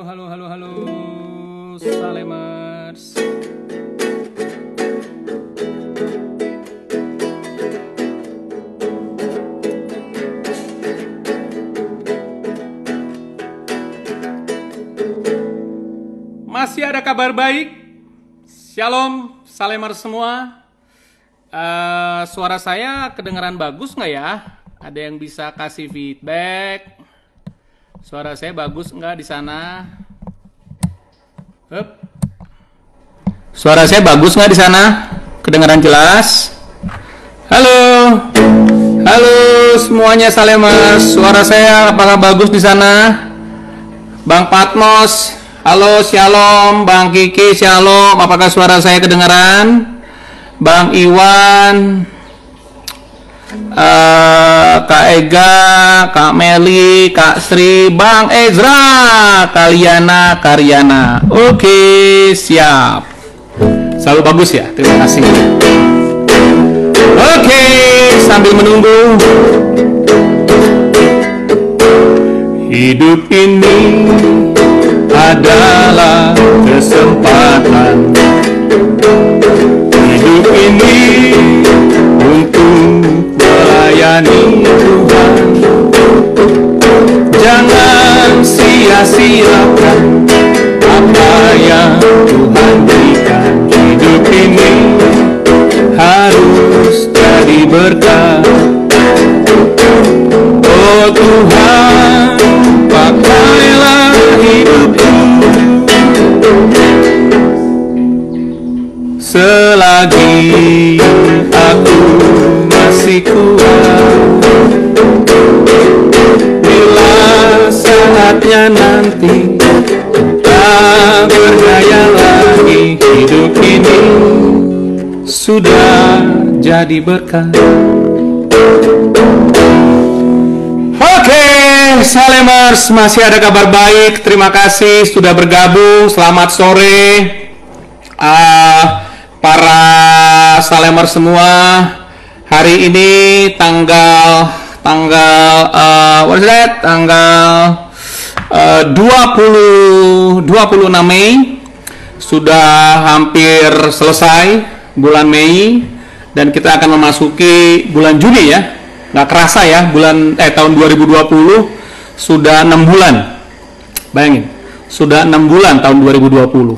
halo, Salemers. Masih ada kabar baik? Shalom, Salemers semua. Suara saya kedengaran bagus nggak ya? Ada yang bisa kasih feedback? Suara saya bagus nggak di sana? Hup. Suara saya bagus nggak di sana? Kedengaran jelas? Halo, halo semuanya Salemers. Suara saya apakah bagus di sana? Bang Patmos, halo, shalom. Bang Kiki, shalom. Apakah suara saya kedengaran? Bang Iwan, Kak Ega, Kak Meli, Kak Sri, Bang Ezra, Kaliana, Karyana. Oke, siap. Selalu bagus ya, terima kasih. Oke, sambil menunggu. Hidup ini adalah kesempatan. Hidup ini untuk melayani Tuhan. Jangan sia-siakan apa yang Tuhan berikan. Hidup ini harus jadi berkat. Oh Tuhan, pakailah hidupku selagi aku masih kuat. Bila saatnya nanti tak berdaya lagi, hidup ini sudah jadi berkah. Oke, Salemers, masih ada kabar baik. Terima kasih sudah bergabung. Selamat sore. Para Salemers semua, hari ini tanggal 26 Mei, sudah hampir selesai bulan Mei dan kita akan memasuki bulan Juni ya. Nggak kerasa ya, tahun 2020 sudah 6 bulan. Bayangin, sudah 6 bulan tahun 2020.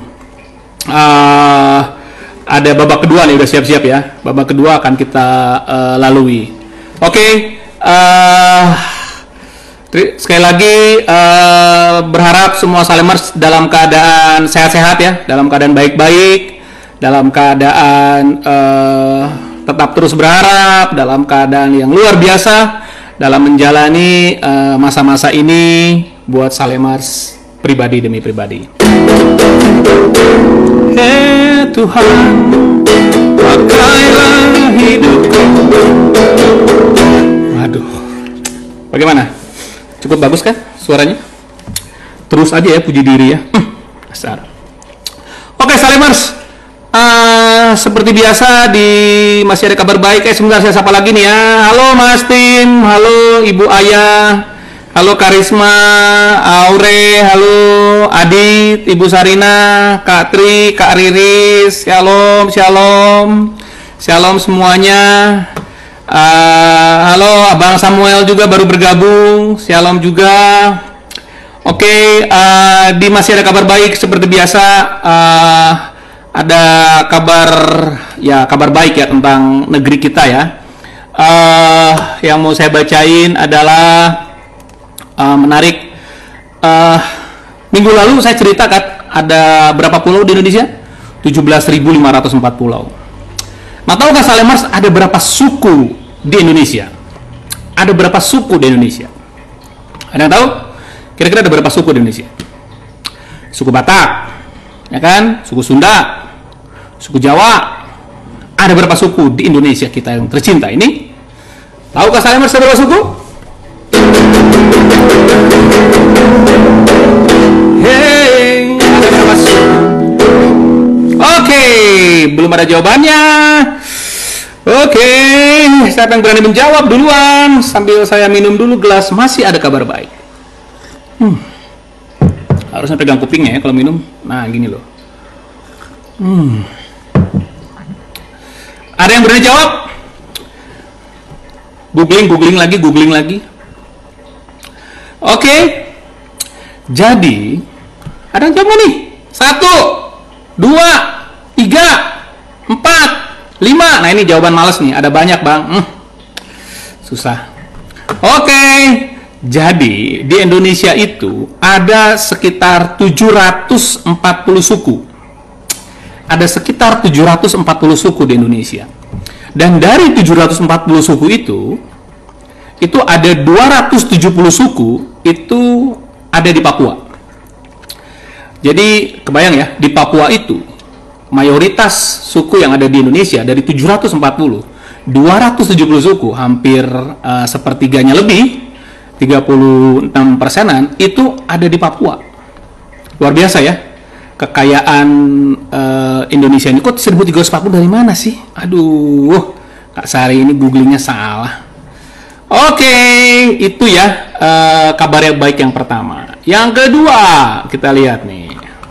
Ada babak kedua nih, udah siap-siap ya. Babak kedua akan kita lalui. Oke, sekali lagi berharap semua Salemers dalam keadaan sehat-sehat ya, dalam keadaan baik-baik, dalam keadaan tetap terus berharap, dalam keadaan yang luar biasa dalam menjalani masa-masa ini buat Salemers pribadi demi pribadi. Tuhan, pakailah hidupku. Waduh, bagaimana? Cukup bagus kan suaranya? Terus aja ya puji diri ya. Dasar. Oke Salemers, seperti biasa masih ada kabar baik. Sebentar saya sapa lagi nih ya. Halo Mas Tim, halo Ibu Ayah, halo Karisma, Aure, halo Adit, Ibu Sarina, Kak Tri, Kak Riris, shalom, shalom, shalom semuanya. Halo Abang Samuel juga baru bergabung, shalom juga. Oke, masih ada kabar baik seperti biasa. Ada kabar baik ya tentang negeri kita ya. Yang mau saya bacain adalah menarik. Minggu lalu saya ceritakan ada berapa pulau di Indonesia? 17.504 pulau. Nah, tahukah Salemers ada berapa suku di Indonesia? Ada berapa suku di Indonesia? Ada yang tahu? Kira-kira ada berapa suku di Indonesia? Suku Batak, ya kan? Suku Sunda, suku Jawa. Ada berapa suku di Indonesia kita yang tercinta ini? Tahukah Salemers ada berapa suku? Hey, ada berapa suku? Oke, belum ada jawabannya. Oke, siapa yang berani menjawab duluan? Sambil saya minum dulu gelas, masih ada kabar baik. Harusnya pegang kupingnya ya kalau minum. Nah, gini loh. Ada yang berani jawab? Googling lagi. Oke. Jadi, ada yang jawab nih? 1, 2, 3, 4, 5. Nah, ini jawaban males nih. Ada banyak, Bang. Susah. Oke. Jadi, di Indonesia itu ada sekitar 740 suku. Ada sekitar 740 suku di Indonesia. Dan dari 740 suku itu ada 270 suku itu ada di Papua. Jadi kebayang ya, di Papua itu mayoritas suku yang ada di Indonesia dari 740, 270 suku, hampir sepertiganya lebih, 36%-an itu ada di Papua. Luar biasa ya. Kekayaan Indonesia ini kok 1340 dari mana sih? Aduh, Kak Sari ini googlingnya salah. Oke, itu ya kabar yang baik yang pertama. Yang kedua, kita lihat nih.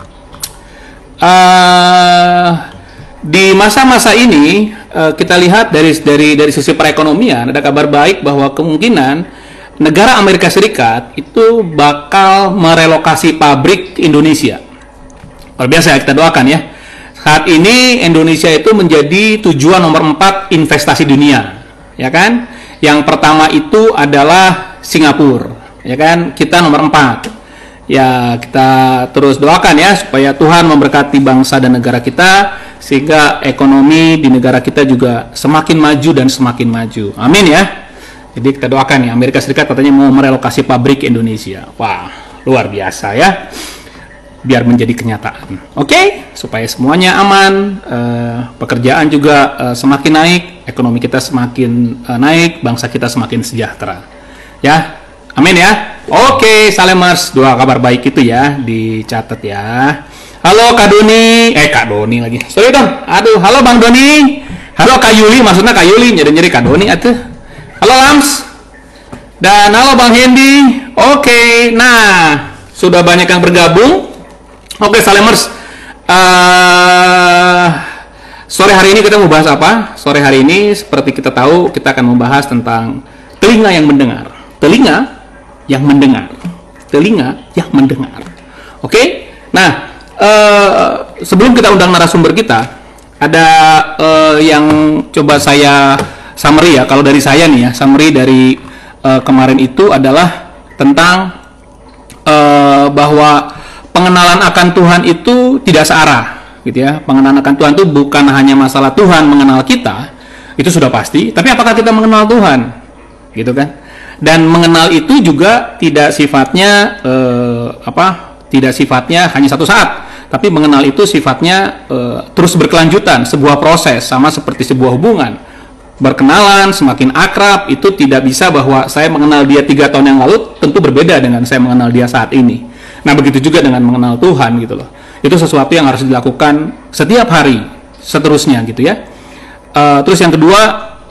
Di masa-masa ini kita lihat dari sisi perekonomian ada kabar baik bahwa kemungkinan negara Amerika Serikat itu bakal merelokasi pabrik Indonesia. Luar biasa ya, kita doakan ya. Saat ini Indonesia itu menjadi tujuan nomor 4 investasi dunia, ya kan? Yang pertama itu adalah Singapura, ya kan? Kita nomor 4. Ya, kita terus doakan ya supaya Tuhan memberkati bangsa dan negara kita sehingga ekonomi di negara kita juga semakin maju dan semakin maju. Amin ya. Jadi kita doakan ya, Amerika Serikat katanya mau merelokasi pabrik Indonesia. Wah, luar biasa ya. Biar menjadi kenyataan. Oke? Supaya semuanya aman, pekerjaan juga semakin naik, ekonomi kita semakin naik, bangsa kita semakin sejahtera. Ya. Amin ya. Oke, Salemers, 2 kabar baik itu ya, dicatat ya. Halo Kak Doni, Kak Doni lagi. Sorry dong. Aduh, halo Bang Doni. Halo Kak Yuli, maksudnya Kak Yuli, nyari-nyari Kak Doni atuh. Halo Lams. Dan halo Bang Hendy. Oke, nah, sudah banyak yang bergabung. Oke, Salemers, sore hari ini kita mau bahas apa? Sore hari ini, seperti kita tahu, kita akan membahas tentang telinga yang mendengar. Telinga yang mendengar. Telinga yang mendengar. Oke? Nah, sebelum kita undang narasumber kita, ada yang coba saya summary ya. Kalau dari saya nih ya, summary dari kemarin itu adalah tentang bahwa pengenalan akan Tuhan itu tidak searah, gitu ya. Pengenalan akan Tuhan itu bukan hanya masalah Tuhan mengenal kita, itu sudah pasti. Tapi apakah kita mengenal Tuhan, gitu kan? Dan mengenal itu juga tidak sifatnya tidak sifatnya hanya satu saat, tapi mengenal itu sifatnya terus berkelanjutan, sebuah proses, sama seperti sebuah hubungan. Berkenalan, semakin akrab, itu tidak bisa bahwa saya mengenal dia 3 tahun yang lalu, tentu berbeda dengan saya mengenal dia saat ini. Nah, begitu juga dengan mengenal Tuhan gitu loh. Itu sesuatu yang harus dilakukan setiap hari, seterusnya gitu ya. Terus yang kedua,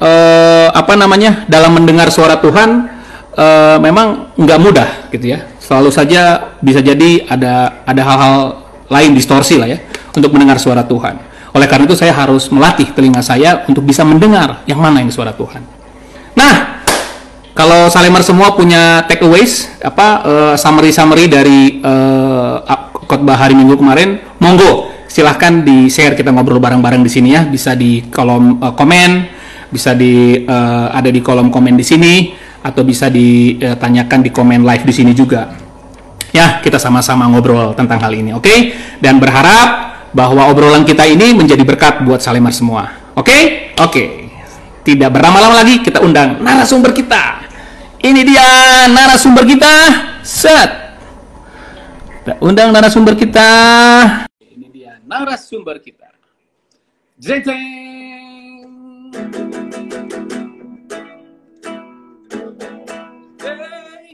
dalam mendengar suara Tuhan, memang nggak mudah gitu ya. Selalu saja bisa jadi ada hal-hal lain, distorsi lah ya, untuk mendengar suara Tuhan. Oleh karena itu saya harus melatih telinga saya untuk bisa mendengar yang mana yang suara Tuhan. Nah, kalau Salemers semua punya takeaways, summary dari khotbah hari Minggu kemarin, monggo silahkan di share, kita ngobrol bareng-bareng di sini ya. Bisa di kolom komen, bisa ada di kolom komen di sini, atau bisa ditanyakan di komen live di sini juga. Ya, kita sama-sama ngobrol tentang hal ini, oke? Dan berharap bahwa obrolan kita ini menjadi berkat buat Salemers semua, oke? Oke. Tidak berlama-lama lagi, kita undang narasumber kita. Ini dia narasumber kita. Set. Kita undang narasumber kita. Ini dia narasumber kita. Jeng jeng. Hey.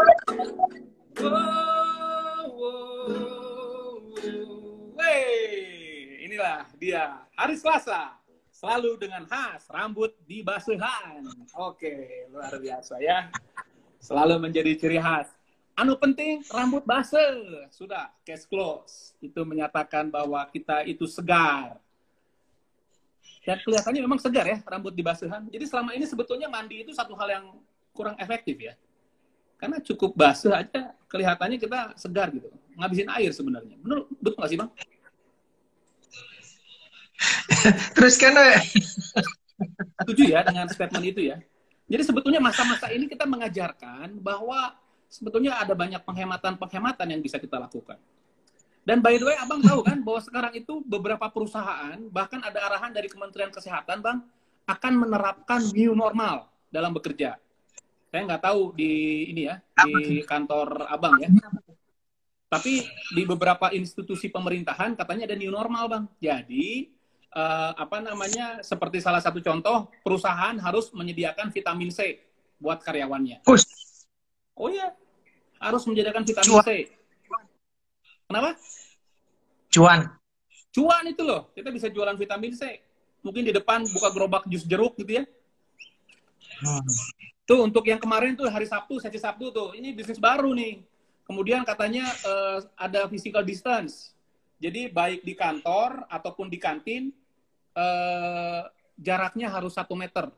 Hey. Inilah dia hari Selasa. Selalu dengan khas, rambut dibasuhan. Oke, luar biasa ya. Selalu menjadi ciri khas. anu penting rambut basah. Sudah, case close. Itu menyatakan bahwa kita itu segar. Dan kelihatannya memang segar ya, rambut di basahan. Jadi selama ini sebetulnya mandi itu satu hal yang kurang efektif ya. Karena cukup basah aja kelihatannya kita segar gitu. Ngabisin air sebenarnya. Betul nggak sih Bang? Teruskan, Setuju ya dengan statement itu ya. Jadi sebetulnya masa-masa ini kita mengajarkan bahwa sebetulnya ada banyak penghematan-penghematan yang bisa kita lakukan. Dan by the way, Abang tahu kan bahwa sekarang itu beberapa perusahaan, bahkan ada arahan dari Kementerian Kesehatan, Bang, akan menerapkan new normal dalam bekerja. Saya nggak tahu di ini ya, di kantor Abang ya. Tapi di beberapa institusi pemerintahan katanya ada new normal, Bang. Jadi seperti salah satu contoh, perusahaan harus menyediakan vitamin C buat karyawannya. Oh iya, harus menyediakan vitamin C. Kenapa? Cuan itu loh. Kita bisa jualan vitamin C. Mungkin di depan buka gerobak jus jeruk gitu ya. Tuh untuk yang kemarin tuh hari Sabtu, sesi Sabtu tuh. Ini bisnis baru nih. Kemudian katanya ada physical distance. Jadi baik di kantor ataupun di kantin, jaraknya harus 1 meter.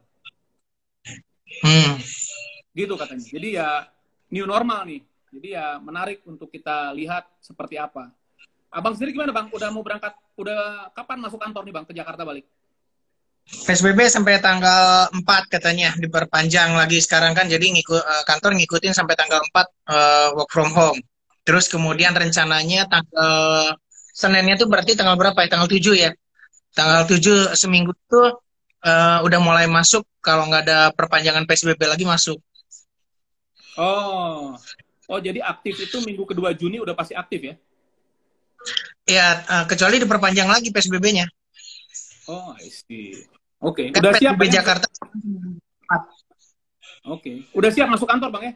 Gitu katanya. Jadi ya new normal nih. Jadi ya menarik untuk kita lihat seperti apa. Abang sendiri gimana Bang? Udah mau berangkat? Udah kapan masuk kantor nih Bang ke Jakarta balik? PSBB sampai tanggal 4 katanya diperpanjang lagi sekarang kan, jadi kantor ngikutin sampai tanggal 4 work from home. Terus kemudian rencananya tanggal Seninnya tuh berarti tanggal berapa ya? Tanggal 7 ya. Tanggal 7 seminggu tuh udah mulai masuk, kalau nggak ada perpanjangan PSBB lagi masuk. Oh jadi aktif itu minggu kedua Juni udah pasti aktif ya? Ya, kecuali diperpanjang lagi PSBB-nya. Oh, I see. Oke, Kan udah siap PSBB Bang? Jakarta. Oke, udah siap masuk kantor Bang ya?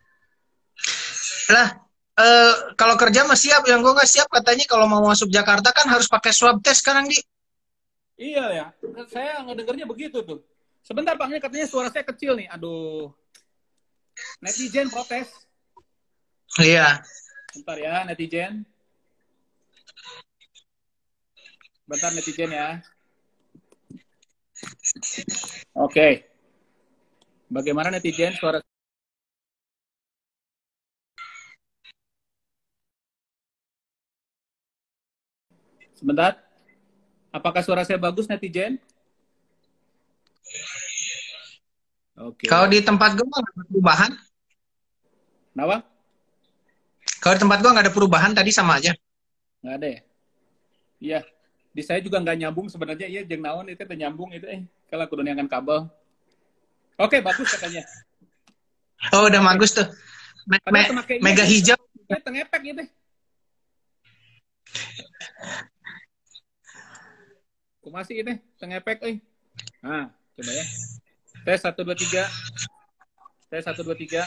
Lah, kalau kerja mah siap, yang gue nggak siap katanya kalau mau masuk Jakarta kan harus pakai swab test sekarang, Di. Iya ya, saya ngedengarnya begitu tuh. Sebentar Bang, ini katanya suara saya kecil nih. Aduh, netizen protes. Iya. Bentar ya, netizen. Bentar netizen ya. Oke. Bagaimana netizen suara? Sebentar. Apakah suara saya bagus netizen? Oke. Kalau di tempat gue nggak ada perubahan. Kenapa? Kalau di tempat gue nggak ada perubahan, tadi sama aja. Nggak ada ya? Iya. Di saya juga nggak nyambung sebenarnya. Iya, jeng naon itu nyambung itu. Kalau aku duniakan kabel. Oke, bagus katanya. Oh, udah bagus tuh. Mega hijau. Tengepek gitu. Aku masih ini, tengepek. Nah, coba ya. Tes 1, 2, 3. Tes 1, 2, 3.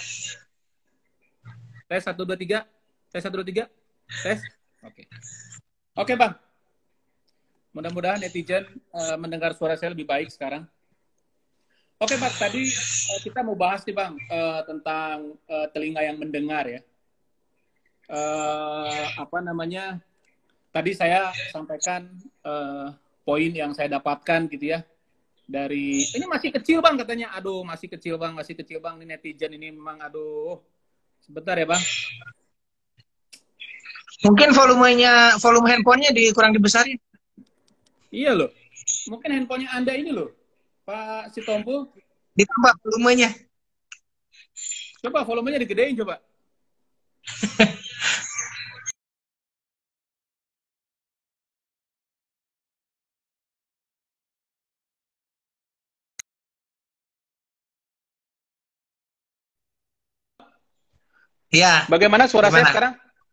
Tes 1, 2, 3. Tes 1, 2, 3. Tes. Oke. Oke, Bang. Mudah-mudahan netizen mendengar suara saya lebih baik sekarang. Oke, Bang. Tadi kita mau bahas nih, Bang, tentang telinga yang mendengar ya. Tadi saya sampaikan poin yang saya dapatkan gitu ya. Dari, ini masih kecil Bang katanya. Aduh, masih kecil Bang. Ini netizen ini memang, aduh. Sebentar ya, Bang. Mungkin volume handphonenya kurang dibesarin. Iya loh. Mungkin handphonenya Anda ini loh, Pak Sitompul. Ditambah volumenya. Coba volumenya digedein coba. Ya. Bagaimana suara saya sekarang?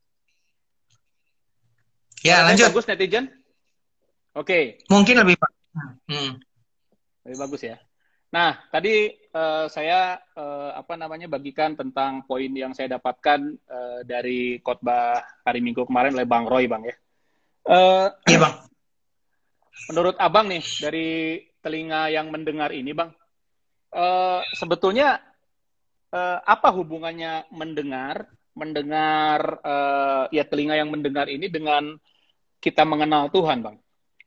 Ya, lanjut. Bagus netizen? Oke. Mungkin lebih bagus. Lebih bagus ya. Nah, tadi saya bagikan tentang poin yang saya dapatkan dari khotbah hari Minggu kemarin oleh Bang Roy, Bang ya. Iya, Bang. Menurut Abang nih, dari telinga yang mendengar ini, Bang, sebetulnya apa hubungannya mendengar mendengar, ya telinga yang mendengar ini dengan kita mengenal Tuhan, Bang?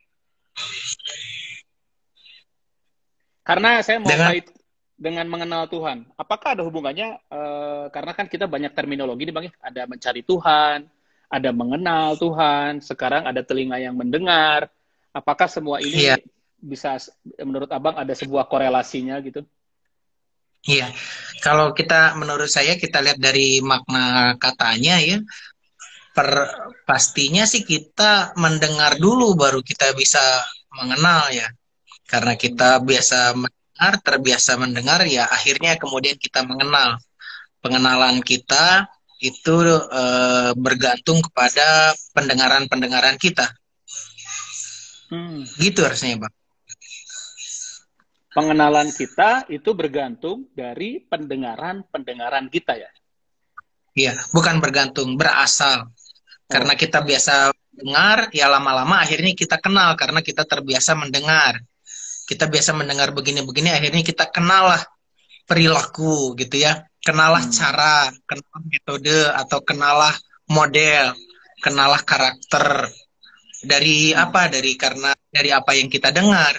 Karena saya mau Dengan kait dengan mengenal Tuhan. Apakah ada hubungannya? Karena kan kita banyak terminologi nih, Bang. Ya. Ada mencari Tuhan, ada mengenal Tuhan, sekarang ada telinga yang mendengar. Apakah semua ini iya, bisa, menurut Abang, ada sebuah korelasinya gitu? iya. Kalau menurut saya kita lihat dari makna katanya ya, pastinya sih kita mendengar dulu baru kita bisa mengenal ya. Karena Hmm. kita biasa mendengar, terbiasa mendengar, ya akhirnya kemudian kita mengenal. Pengenalan kita itu bergantung kepada pendengaran-pendengaran kita. Hmm. Gitu harusnya, Bang. Pengenalan kita itu bergantung dari pendengaran-pendengaran kita ya. Iya, bukan bergantung, berasal. Karena Oh. kita biasa dengar, ya lama-lama akhirnya kita kenal karena kita terbiasa mendengar. Kita biasa mendengar begini-begini, akhirnya kita kenal lah perilaku gitu ya. Kenalah Hmm. cara, kenalah metode, atau kenalah model, kenalah karakter. Dari Hmm. apa? Dari apa yang kita dengar.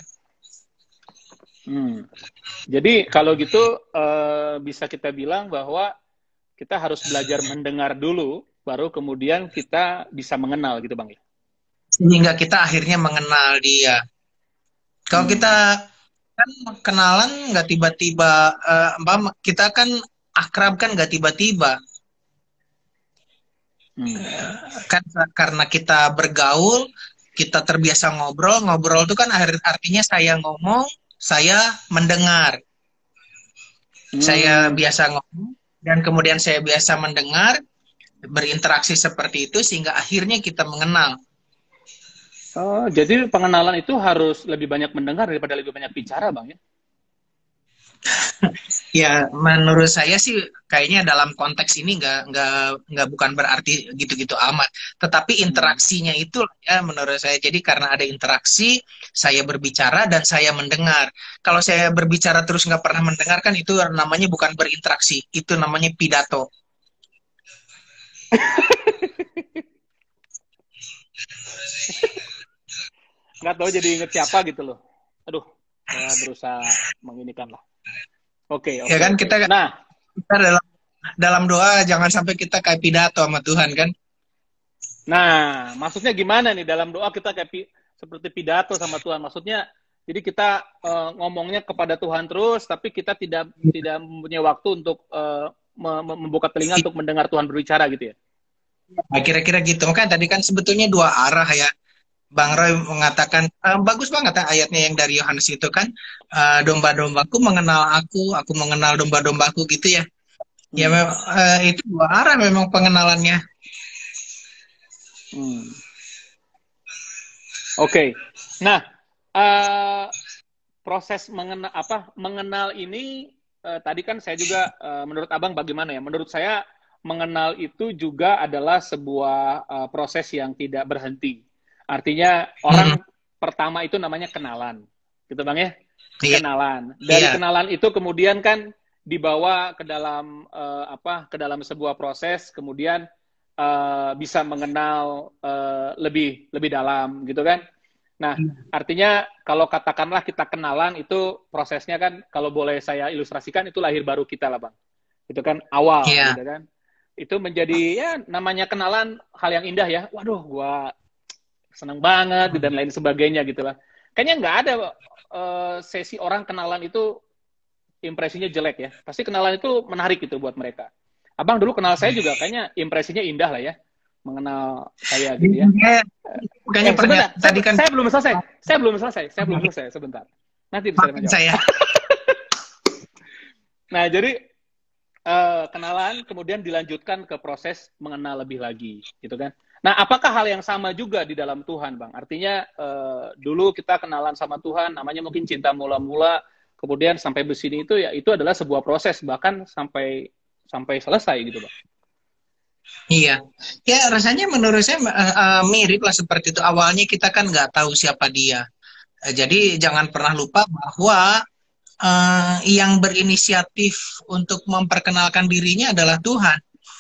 Hmm. Jadi kalau gitu bisa kita bilang bahwa kita harus belajar mendengar dulu, baru kemudian kita bisa mengenal gitu, Bang ya. Sehingga kita akhirnya mengenal dia. Kalau kita Hmm. kan kenalan nggak tiba-tiba, kita kan akrab kan nggak tiba-tiba. Hmm. Kan karena kita bergaul, kita terbiasa ngobrol. Ngobrol itu kan artinya saya ngomong, saya mendengar. Saya Hmm. biasa ngomong, dan kemudian saya biasa mendengar, berinteraksi seperti itu, sehingga akhirnya kita mengenal. Oh, jadi pengenalan itu harus lebih banyak mendengar daripada lebih banyak bicara, Bang ya. Ya, menurut saya sih kayaknya dalam konteks ini nggak bukan berarti gitu-gitu amat. Tetapi Hmm. interaksinya itu ya menurut saya. Jadi karena ada interaksi, saya berbicara dan saya mendengar. Kalau saya berbicara terus nggak pernah mendengarkan, itu namanya bukan berinteraksi. Itu namanya pidato. Nggak tahu jadi inget siapa gitu loh. Aduh, saya berusaha menginikan lah. Oke, Ya oke, kan oke. kita dalam doa jangan sampai kita kayak pidato sama Tuhan kan. Nah, maksudnya gimana nih dalam doa kita kayak seperti pidato sama Tuhan? Maksudnya, jadi kita ngomongnya kepada Tuhan terus, tapi kita tidak tidak mempunyai waktu untuk membuka telinga untuk mendengar Tuhan berbicara gitu ya? Nah, kira-kira gitu. Makanya tadi kan sebetulnya dua arah ya. Bang Hmm. Roy mengatakan, bagus banget ya ayatnya yang dari Yohanes itu kan, domba-dombaku mengenal aku mengenal domba-dombaku gitu ya. Ya Hmm. itu dua arah memang pengenalannya. Hmm. Oke. Nah, eh, proses mengenal ini tadi kan saya juga menurut Abang bagaimana ya? Menurut saya mengenal itu juga adalah sebuah proses yang tidak berhenti. Artinya Hmm, orang pertama itu namanya kenalan. Gitu Bang ya? iya, Kenalan. Dari iya, kenalan itu kemudian kan dibawa ke dalam ke dalam sebuah proses, kemudian bisa mengenal lebih lebih dalam gitu kan. Nah, artinya kalau katakanlah kita kenalan itu prosesnya kan kalau boleh saya ilustrasikan itu lahir baru kita lah Bang. Itu kan awal iya. gitu kan. Itu menjadi ya namanya kenalan hal yang indah ya. Waduh, gua seneng banget dan lain sebagainya gitu lah. Kayaknya nggak ada sesi orang kenalan itu impresinya jelek ya. Pasti kenalan itu menarik gitu buat mereka. Abang dulu kenal saya juga kayaknya impresinya indah lah ya. Mengenal saya gitu ya. Bukannya Sebentar, tadi kan saya belum selesai. Saya belum selesai sebentar. Nanti bisa maafin menjawab. saya. Nah, jadi kenalan kemudian dilanjutkan ke proses mengenal lebih lagi, gitu kan. Nah, apakah hal yang sama juga di dalam Tuhan, Bang? Artinya dulu kita kenalan sama Tuhan, namanya mungkin cinta mula-mula, kemudian sampai di sini itu ya itu adalah sebuah proses bahkan sampai sampai selesai gitu, Bang. Iya, ya rasanya menurut saya mirip lah seperti itu. Awalnya kita kan nggak tahu siapa dia. Jadi jangan pernah lupa bahwa yang berinisiatif untuk memperkenalkan dirinya adalah Tuhan.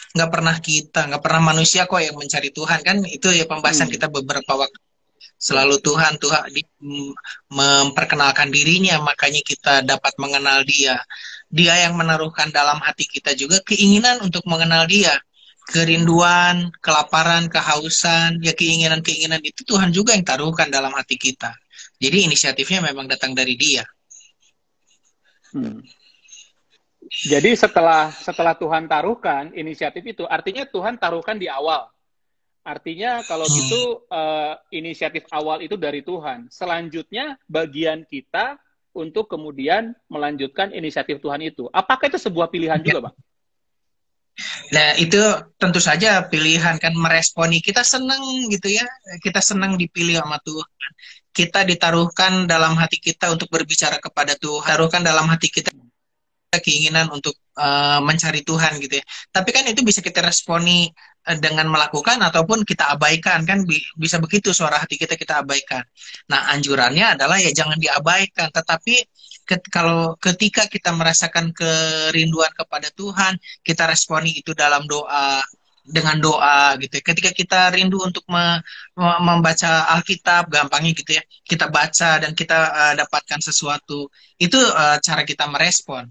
nggak pernah manusia kok yang mencari Tuhan kan. Itu ya pembahasan Hmm. kita beberapa waktu. Ya. Selalu Tuhan memperkenalkan dirinya, makanya kita dapat mengenal Dia. Dia yang menaruhkan dalam hati kita juga keinginan untuk mengenal Dia. Kerinduan, kelaparan, kehausan, ya keinginan-keinginan itu Tuhan juga yang taruhkan dalam hati kita. Jadi inisiatifnya memang datang dari Dia. Hmm. Jadi setelah Tuhan taruhkan inisiatif itu, artinya Tuhan taruhkan di awal. Artinya kalau gitu inisiatif awal itu dari Tuhan. Selanjutnya bagian kita untuk kemudian melanjutkan inisiatif Tuhan itu. Apakah itu sebuah pilihan juga, Bang? Nah, itu tentu saja pilihan kan, meresponi. Kita senang gitu ya. Kita senang dipilih sama Tuhan. Kita ditaruhkan dalam hati kita untuk berbicara kepada Tuhan. Taruhkan dalam hati kita keinginan untuk mencari Tuhan gitu ya. Tapi kan itu bisa kita responi dengan melakukan ataupun kita abaikan kan, bisa begitu, suara hati kita abaikan. Nah, anjurannya adalah ya jangan diabaikan, tetapi kalau ketika kita merasakan kerinduan kepada Tuhan, kita responi itu dalam doa, dengan doa gitu ya. Ketika kita rindu untuk membaca Alkitab, gampangnya gitu ya, kita baca dan kita dapatkan sesuatu, itu cara kita merespon.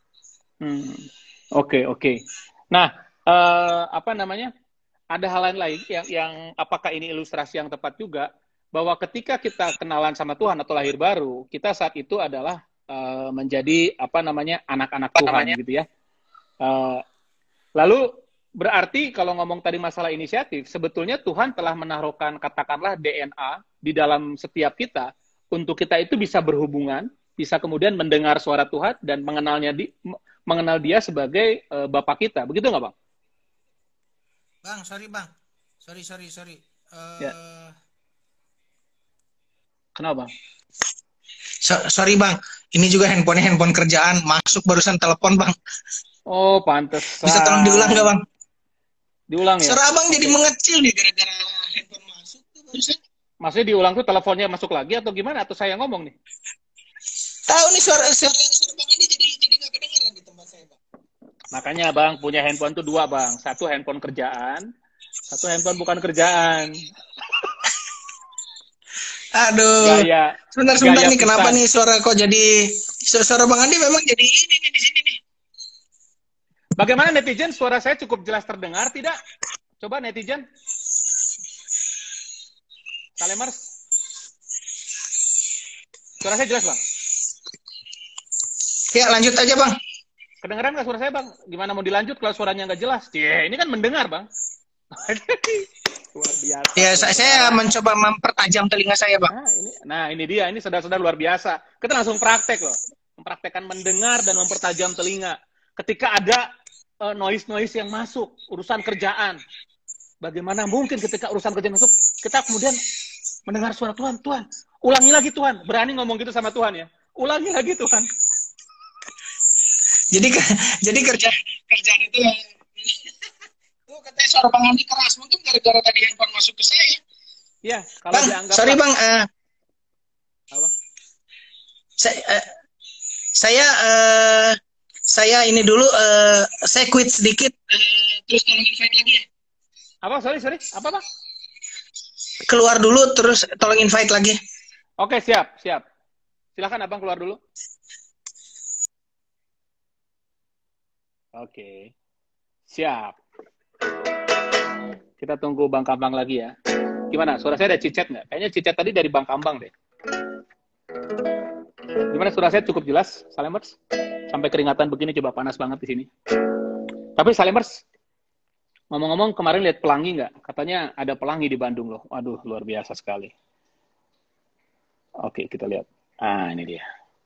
Oke. Nah, apa namanya? Ada hal lain yang apakah ini ilustrasi yang tepat juga bahwa ketika kita kenalan sama Tuhan atau lahir baru, kita saat itu adalah menjadi apa namanya anak-anak Tuhan gitu ya. Lalu berarti kalau ngomong tadi masalah inisiatif, sebetulnya Tuhan telah menaruhkan katakanlah DNA di dalam setiap kita untuk kita itu bisa berhubungan, bisa kemudian mendengar suara Tuhan dan mengenal Dia sebagai Bapa kita. Begitu nggak, Bang? Bang, sorry Bang. Sorry. Ya. Kenapa, Bang? Sorry Bang, ini juga handphone kerjaan. Masuk barusan telepon Bang. Oh, pantes. Bisa tolong diulang nggak Bang? Diulang ya? Suara Abang jadi mengecil nih gara-gara handphone masuk tuh barusan. Maksudnya diulang tuh teleponnya masuk lagi atau gimana? Atau saya ngomong nih? Tahu nih suara Bang ini jadi nggak kedengeran di tempat saya Bang. Makanya Bang punya handphone tuh dua Bang. Satu handphone kerjaan, satu handphone bukan kerjaan. Aduh. Sebentar nih, kenapa nih suara kok jadi suara Bang Andi memang jadi ini nih di sini nih. Bagaimana netizen? Suara saya cukup jelas terdengar tidak? Coba netizen. Salemers. Suara saya jelas Bang? Ya lanjut aja Bang. Kedengeran nggak suara saya Bang? Gimana mau dilanjut kalau suaranya nggak jelas? Ini kan mendengar Bang. Luar biasa. Ya, saya mencoba mempertajam telinga saya, Bang. Ini dia. Ini saudara-saudara luar biasa. Kita langsung praktek loh. Mempraktekkan mendengar dan mempertajam telinga. Ketika ada noise-noise yang masuk, urusan kerjaan. Bagaimana mungkin ketika urusan kerjaan masuk, kita kemudian mendengar suara Tuhan. Tuhan, ulangi lagi Tuhan. Berani ngomong gitu sama Tuhan ya. Ulangi lagi Tuhan. Jadi kerjaan itu katanya suara Bang Andi keras, mungkin gara-gara tadi handphone masuk ke saya. Iya, kalau Bang, dianggap sorry Bang, apa? Saya ini dulu, saya quit sedikit, terus tolong invite lagi ya. Apa? Sorry, apa Bang? Keluar dulu, terus tolong invite lagi. Oke, siap. Silakan Abang keluar dulu. Oke, siap. Kita tunggu Bang Kambang lagi ya. Gimana? Suara saya ada cicet nggak? Kayaknya cicet tadi dari Bang Kambang deh. Gimana? Suara saya cukup jelas, Salemers? Sampai keringatan begini, coba panas banget di sini. Tapi Salemers, ngomong-ngomong kemarin lihat pelangi nggak? Katanya ada pelangi di Bandung loh. Waduh, luar biasa sekali. Oke, kita lihat. Ini dia.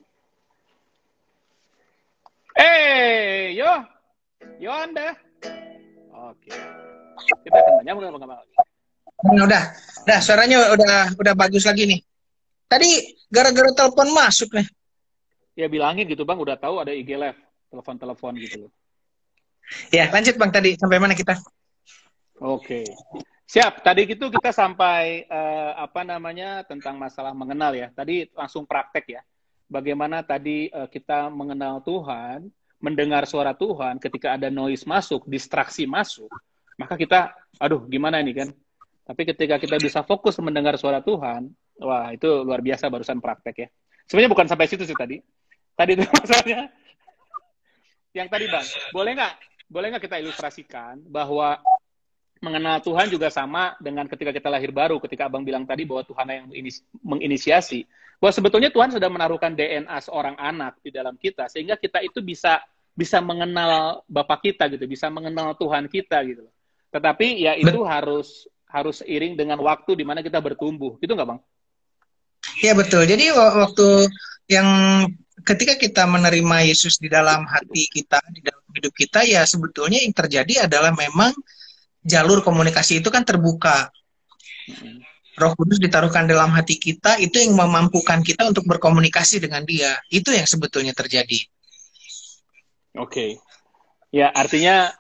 Yo Anda. Oke. Kita akan menyambung dengan Bang lagi. Udah, suaranya udah bagus lagi nih. Tadi gara-gara telepon masuk nih. Ya bilangin gitu Bang, udah tahu ada IG Live, telepon gitu loh. Ya, lanjut Bang tadi sampai mana kita? Oke. Siap, tadi gitu kita sampai tentang masalah mengenal ya. Tadi langsung praktek ya. Bagaimana tadi kita mengenal Tuhan mendengar suara Tuhan, ketika ada noise masuk, distraksi masuk, maka kita, aduh gimana ini kan? Tapi ketika kita bisa fokus mendengar suara Tuhan, wah itu luar biasa barusan praktek ya. Sebenarnya bukan sampai situ sih tadi. Tadi itu masalahnya. Yang tadi Bang, boleh nggak kita ilustrasikan bahwa mengenal Tuhan juga sama dengan ketika kita lahir baru, ketika Abang bilang tadi bahwa Tuhan yang menginisiasi, bahwa sebetulnya Tuhan sudah menaruhkan DNA seorang anak di dalam kita, sehingga kita itu bisa mengenal Bapa kita gitu, bisa mengenal Tuhan kita gitu. Tetapi ya itu harus seiring dengan waktu di mana kita bertumbuh, gitu nggak Bang? Iya betul. Jadi waktu yang ketika kita menerima Yesus di dalam hati kita, di dalam hidup kita, ya sebetulnya yang terjadi adalah memang jalur komunikasi itu kan terbuka. Roh Kudus ditaruhkan dalam hati kita, itu yang memampukan kita untuk berkomunikasi dengan Dia. Itu yang sebetulnya terjadi. Oke. Ya, artinya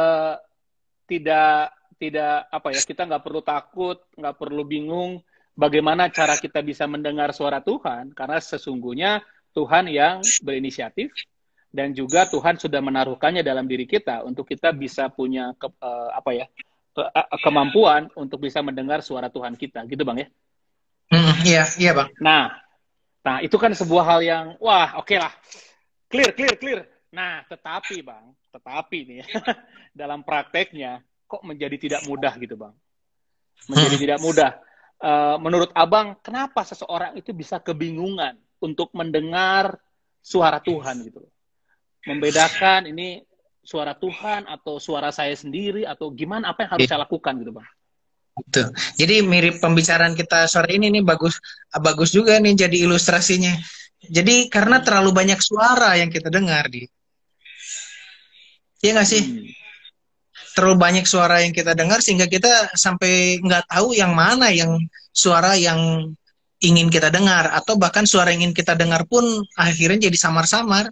tidak apa ya, kita nggak perlu takut, nggak perlu bingung bagaimana cara kita bisa mendengar suara Tuhan, karena sesungguhnya Tuhan yang berinisiatif, dan juga Tuhan sudah menaruhkannya dalam diri kita untuk kita bisa punya kemampuan untuk bisa mendengar suara Tuhan kita, gitu Bang ya? Iya Bang. Nah itu kan sebuah hal yang wah oke lah, clear. Nah tetapi nih dalam prakteknya kok menjadi tidak mudah gitu Bang? Menjadi tidak mudah. Menurut Abang, kenapa seseorang itu bisa kebingungan untuk mendengar suara Tuhan gitu loh? Membedakan ini suara Tuhan atau suara saya sendiri atau gimana, apa yang harus saya lakukan gitu Bang? Betul. Jadi mirip pembicaraan kita sore ini nih, bagus juga nih jadi ilustrasinya. Jadi karena terlalu banyak suara yang kita dengar iya nggak sih? Terlalu banyak suara yang kita dengar sehingga kita sampai nggak tahu yang mana yang suara yang ingin kita dengar, atau bahkan suara yang ingin kita dengar pun akhirnya jadi samar-samar.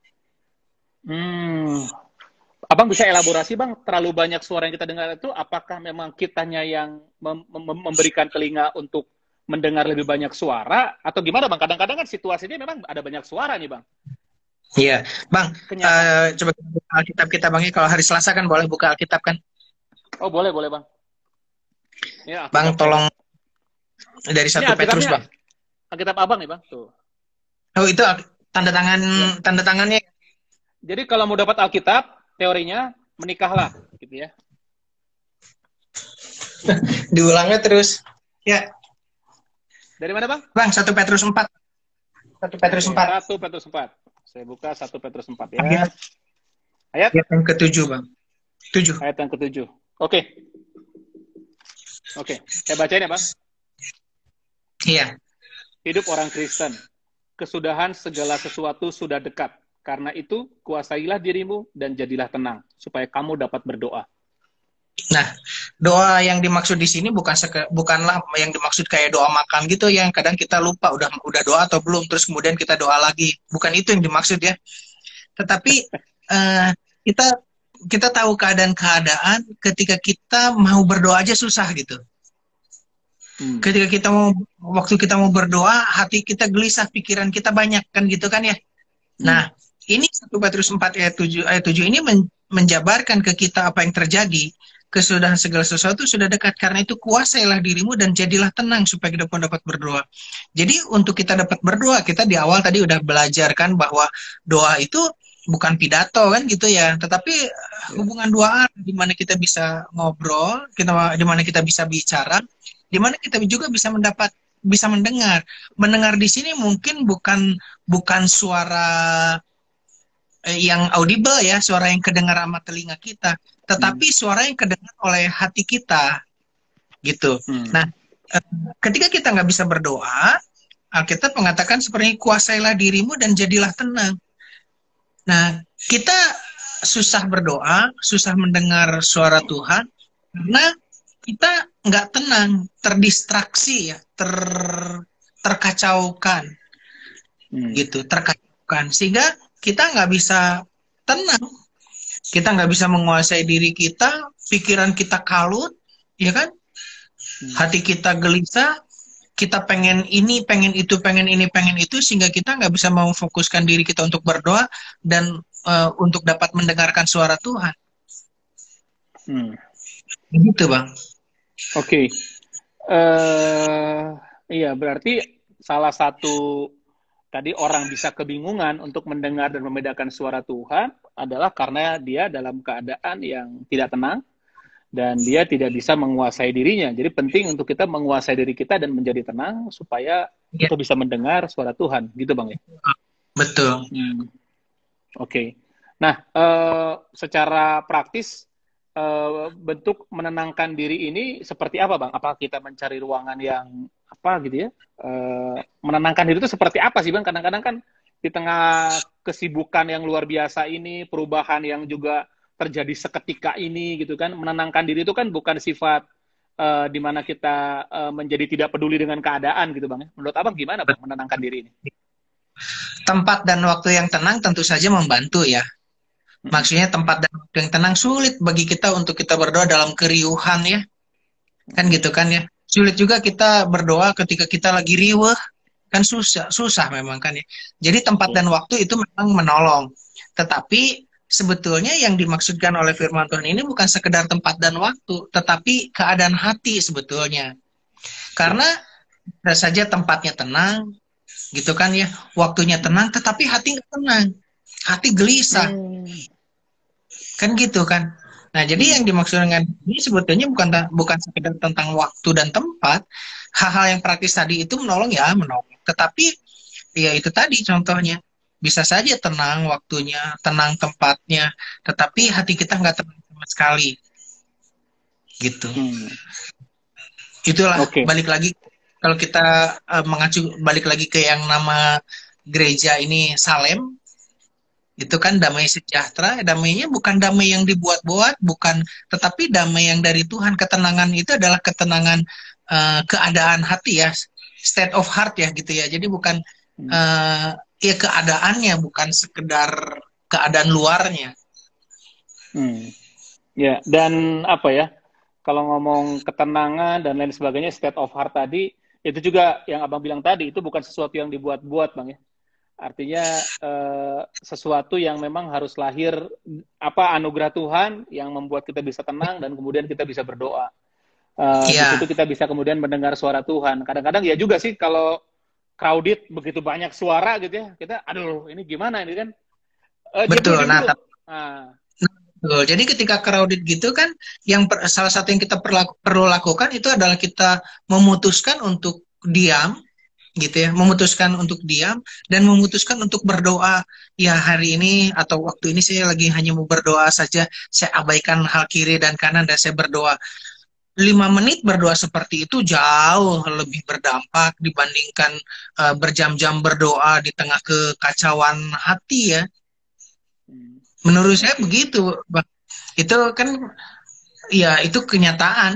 Abang bisa elaborasi Bang, terlalu banyak suara yang kita dengar itu apakah memang kitanya yang memberikan telinga untuk mendengar lebih banyak suara atau gimana Bang? Kadang-kadang kan situasinya memang ada banyak suara nih Bang. Iya, Bang, coba buka Alkitab kita Bang, kalau hari Selasa kan boleh buka Alkitab kan? Oh boleh Bang. Ya, Bang tolong dari 1 Petrus Bang. Alkitab Abang nih Bang, tuh. Oh itu tanda tangannya. Jadi kalau mau dapat Alkitab, teorinya menikahlah, gitu ya. Diulangnya terus. Ya. Dari mana Bang? Bang, 1 Petrus 4. 1 Petrus 4. 1 Petrus 4. Saya buka 1 Petrus 4 ya. Ayat yang ke-7 Bang. 7. Ayat yang ke-7. Oke, saya bacain ya Bang. Iya. Hidup orang Kristen. Kesudahan segala sesuatu sudah dekat. Karena itu, kuasailah dirimu dan jadilah tenang, supaya kamu dapat berdoa. Nah, doa yang dimaksud di sini bukanlah yang dimaksud kayak doa makan gitu, yang kadang kita lupa udah doa atau belum, terus kemudian kita doa lagi. Bukan itu yang dimaksud ya. Tetapi kita tahu keadaan ketika kita mau berdoa aja susah gitu. Ketika waktu kita mau berdoa, hati kita gelisah, pikiran kita banyak kan gitu kan ya. Nah, ini 1 Petrus 4 ayat 7 ini menjabarkan ke kita apa yang terjadi. Kesudahan segala sesuatu sudah dekat, karena itu kuasailah dirimu dan jadilah tenang supaya kita pun dapat berdoa. Jadi untuk kita dapat berdoa, kita di awal tadi udah belajarkan bahwa doa itu bukan pidato kan gitu ya, tetapi hubungan doa di mana kita bisa ngobrol, di mana kita bisa bicara, di mana kita juga bisa mendengar. Mendengar di sini mungkin bukan suara yang audible ya, suara yang kedengar sama telinga kita, tetapi suara yang kedengar oleh hati kita gitu. Nah, ketika kita nggak bisa berdoa, Alkitab mengatakan seperti kuasailah dirimu dan jadilah tenang. Nah, kita susah berdoa, susah mendengar suara Tuhan karena kita nggak tenang, terdistraksi ya, terkacaukan gitu, terkacaukan, sehingga kita nggak bisa tenang, kita nggak bisa menguasai diri kita, pikiran kita kalut, ya kan? Hati kita gelisah, kita pengen ini, pengen itu, pengen ini, pengen itu, sehingga kita nggak bisa memfokuskan diri kita untuk berdoa, dan untuk dapat mendengarkan suara Tuhan. Hmm. Begitu, Bang. Oke. Iya, berarti salah satu tadi orang bisa kebingungan untuk mendengar dan membedakan suara Tuhan adalah karena dia dalam keadaan yang tidak tenang dan dia tidak bisa menguasai dirinya. Jadi penting untuk kita menguasai diri kita dan menjadi tenang supaya Ya, kita bisa mendengar suara Tuhan, gitu Bang ya. betul. Oke. Nah, secara praktis bentuk menenangkan diri ini seperti apa, Bang? Apakah kita mencari ruangan yang apa gitu ya? Menenangkan diri itu seperti apa sih, Bang? Kadang-kadang kan di tengah kesibukan yang luar biasa ini, perubahan yang juga terjadi seketika ini gitu kan, menenangkan diri itu kan bukan sifat di mana kita menjadi tidak peduli dengan keadaan gitu, Bang. Menurut Abang gimana, Bang, menenangkan diri ini? Tempat dan waktu yang tenang tentu saja membantu ya. Maksudnya tempat dan waktu yang tenang sulit bagi kita untuk kita berdoa dalam keriuhan ya. Kan gitu kan ya. Sulit juga kita berdoa ketika kita lagi riweh. Kan susah memang kan ya. Jadi tempat dan waktu itu memang menolong. Tetapi sebetulnya yang dimaksudkan oleh firman Tuhan ini bukan sekedar tempat dan waktu, tetapi keadaan hati sebetulnya. Karena bisa saja tempatnya tenang, gitu kan ya. Waktunya tenang, tetapi hati nggak tenang. Hati gelisah. Kan gitu kan. Nah, jadi yang dimaksud dengan ini sebetulnya bukan sekedar tentang waktu dan tempat. Hal-hal yang praktis tadi itu menolong ya, menolong. Tetapi ya itu tadi contohnya. Bisa saja tenang waktunya, tenang tempatnya, tetapi hati kita nggak tenang sama sekali. Gitu. Itulah balik lagi kalau kita mengacu balik lagi ke yang nama gereja ini Salem. Itu kan damai sejahtera, damainya bukan damai yang dibuat-buat, bukan, tetapi damai yang dari Tuhan. Ketenangan itu adalah ketenangan keadaan hati ya, state of heart ya gitu ya. Jadi bukan ya keadaannya, bukan sekedar keadaan luarnya. Ya, dan apa ya, kalau ngomong ketenangan dan lain sebagainya, state of heart tadi, itu juga yang Abang bilang tadi, itu bukan sesuatu yang dibuat-buat, Bang ya. Artinya sesuatu yang memang harus lahir anugerah Tuhan yang membuat kita bisa tenang dan kemudian kita bisa berdoa. Di situ kita bisa kemudian mendengar suara Tuhan. Kadang-kadang ya juga sih kalau crowded begitu banyak suara gitu ya, kita aduh ini gimana ini kan? Betul. Betul. Jadi ketika crowded gitu kan, salah satu yang kita perlu lakukan itu adalah kita memutuskan untuk diam. Gitu ya, memutuskan untuk diam dan memutuskan untuk berdoa. Ya hari ini atau waktu ini saya lagi hanya mau berdoa saja, saya abaikan hal kiri dan kanan dan saya berdoa. 5 menit berdoa seperti itu jauh lebih berdampak dibandingkan berjam-jam berdoa di tengah kekacauan hati ya. Menurut saya begitu, Bang. Itu kan ya itu kenyataan.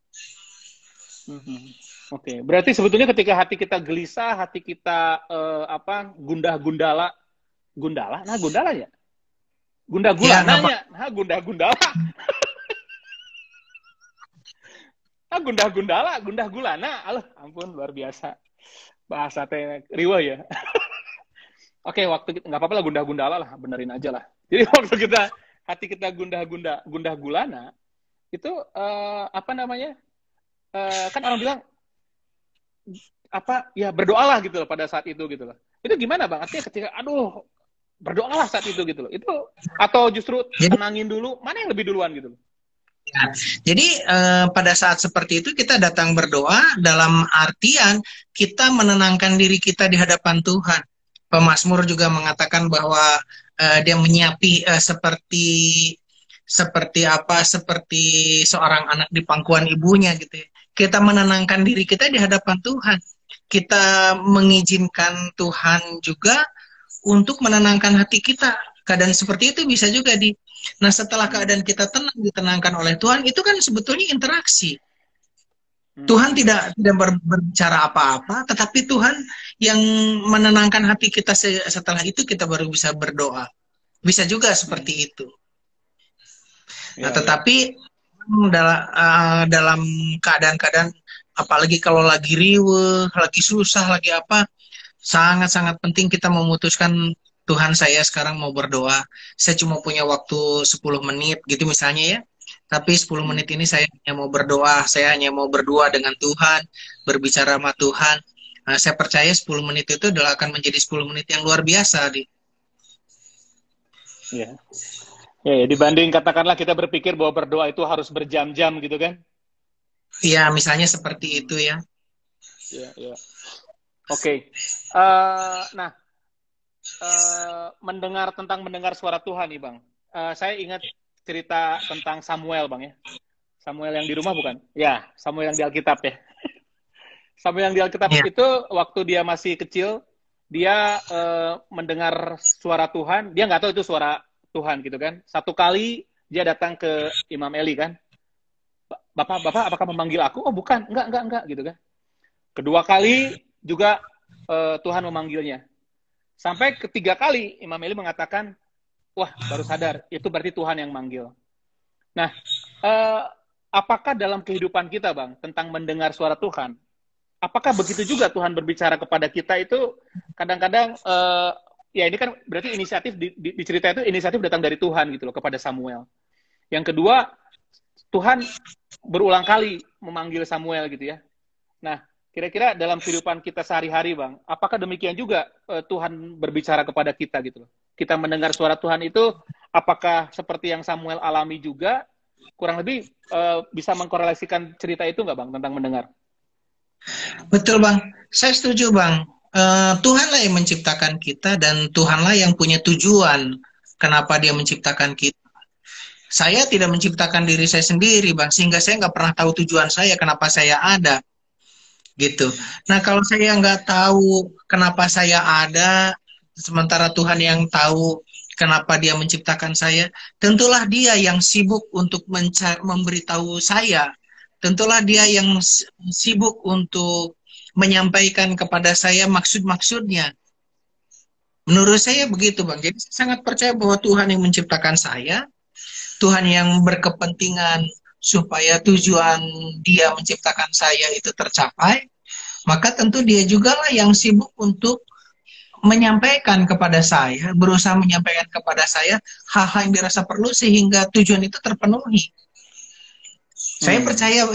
Oke, berarti sebetulnya ketika hati kita gelisah, hati kita gundah-gundala, nah gundala ya, gundah-gulananya, gundah-gundala, gundah-gulana, ampun luar biasa, bahasa teh riwah ya. Oke, waktu nggak apa-apa lah gundah-gundala lah, benerin aja lah. Jadi waktu hati kita gundah-gulana, itu kan orang bilang berdoalah gitu loh pada saat itu gitu loh. Itu gimana Bang? Artinya ketika berdoalah saat itu gitu loh. Itu atau justru tenangin dulu, mana yang lebih duluan gitu loh. Ya, jadi pada saat seperti itu kita datang berdoa dalam artian kita menenangkan diri kita di hadapan Tuhan. Pemazmur juga mengatakan bahwa dia menyiapi seperti seorang anak di pangkuan ibunya gitu ya. Kita menenangkan diri kita di hadapan Tuhan. Kita mengizinkan Tuhan juga untuk menenangkan hati kita. Keadaan seperti itu bisa juga Nah, setelah keadaan kita tenang, ditenangkan oleh Tuhan, itu kan sebetulnya interaksi. Tuhan tidak berbicara apa-apa, tetapi Tuhan yang menenangkan hati kita. Setelah itu kita baru bisa berdoa. Bisa juga seperti itu. Nah, tetapi dalam keadaan-keadaan apalagi kalau lagi riweh, lagi susah, lagi apa, sangat-sangat penting kita memutuskan Tuhan saya sekarang mau berdoa, saya cuma punya waktu 10 menit gitu misalnya ya. Tapi 10 menit ini saya hanya mau berdoa, saya hanya mau berdua dengan Tuhan, berbicara sama Tuhan. Nah, saya percaya 10 menit itu adalah akan menjadi 10 menit yang luar biasa di. Ya. Ya, dibanding katakanlah kita berpikir bahwa berdoa itu harus berjam-jam gitu kan. Ya, misalnya seperti itu ya. Ya, ya. Oke. Nah, mendengar suara Tuhan nih Bang. Saya ingat cerita tentang Samuel Bang ya. Samuel yang di rumah bukan? Ya, Samuel yang di Alkitab ya. Samuel yang di Alkitab Ya. itu waktu dia masih kecil, dia mendengar suara Tuhan, dia nggak tahu itu suara Tuhan gitu kan. Satu kali dia datang ke Imam Eli kan. Bapak apakah memanggil aku? Oh bukan, enggak gitu kan. Kedua kali juga Tuhan memanggilnya. Sampai ketiga kali Imam Eli mengatakan, wah baru sadar, itu berarti Tuhan yang manggil. Nah, apakah dalam kehidupan kita Bang, tentang mendengar suara Tuhan, apakah begitu juga Tuhan berbicara kepada kita itu kadang-kadang, ya ini kan berarti inisiatif, di cerita itu inisiatif datang dari Tuhan gitu loh, kepada Samuel. Yang kedua, Tuhan berulang kali memanggil Samuel gitu ya. Nah, kira-kira dalam kehidupan kita sehari-hari, Bang, apakah demikian juga Tuhan berbicara kepada kita gitu loh? Kita mendengar suara Tuhan itu, apakah seperti yang Samuel alami juga? Kurang lebih bisa mengkorelasikan cerita itu nggak, Bang, tentang mendengar? Betul Bang, saya setuju Bang. Tuhanlah yang menciptakan kita dan Tuhanlah yang punya tujuan kenapa Dia menciptakan kita. Saya tidak menciptakan diri saya sendiri Bang, sehingga saya nggak pernah tahu tujuan saya, kenapa saya ada. Gitu. Nah kalau saya nggak tahu kenapa saya ada, sementara Tuhan yang tahu kenapa Dia menciptakan saya, tentulah Dia yang sibuk untuk memberitahu saya. Tentulah Dia yang sibuk untuk menyampaikan kepada saya maksud-maksudnya. Menurut saya begitu Bang. Jadi saya sangat percaya bahwa Tuhan yang menciptakan saya, Tuhan yang berkepentingan supaya tujuan Dia menciptakan saya itu tercapai, maka tentu Dia juga lah yang sibuk untuk menyampaikan kepada saya, berusaha menyampaikan kepada saya hal-hal yang dirasa perlu sehingga tujuan itu terpenuhi. Saya percaya.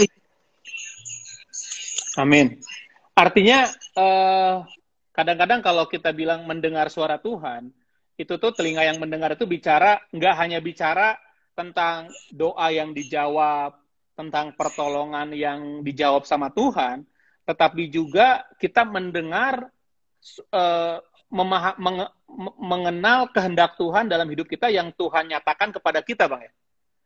Amin. Artinya kadang-kadang kalau kita bilang mendengar suara Tuhan, itu tuh telinga yang mendengar itu bicara, nggak hanya bicara tentang doa yang dijawab, tentang pertolongan yang dijawab sama Tuhan, tetapi juga kita mendengar, mengenal kehendak Tuhan dalam hidup kita yang Tuhan nyatakan kepada kita, Bang ya?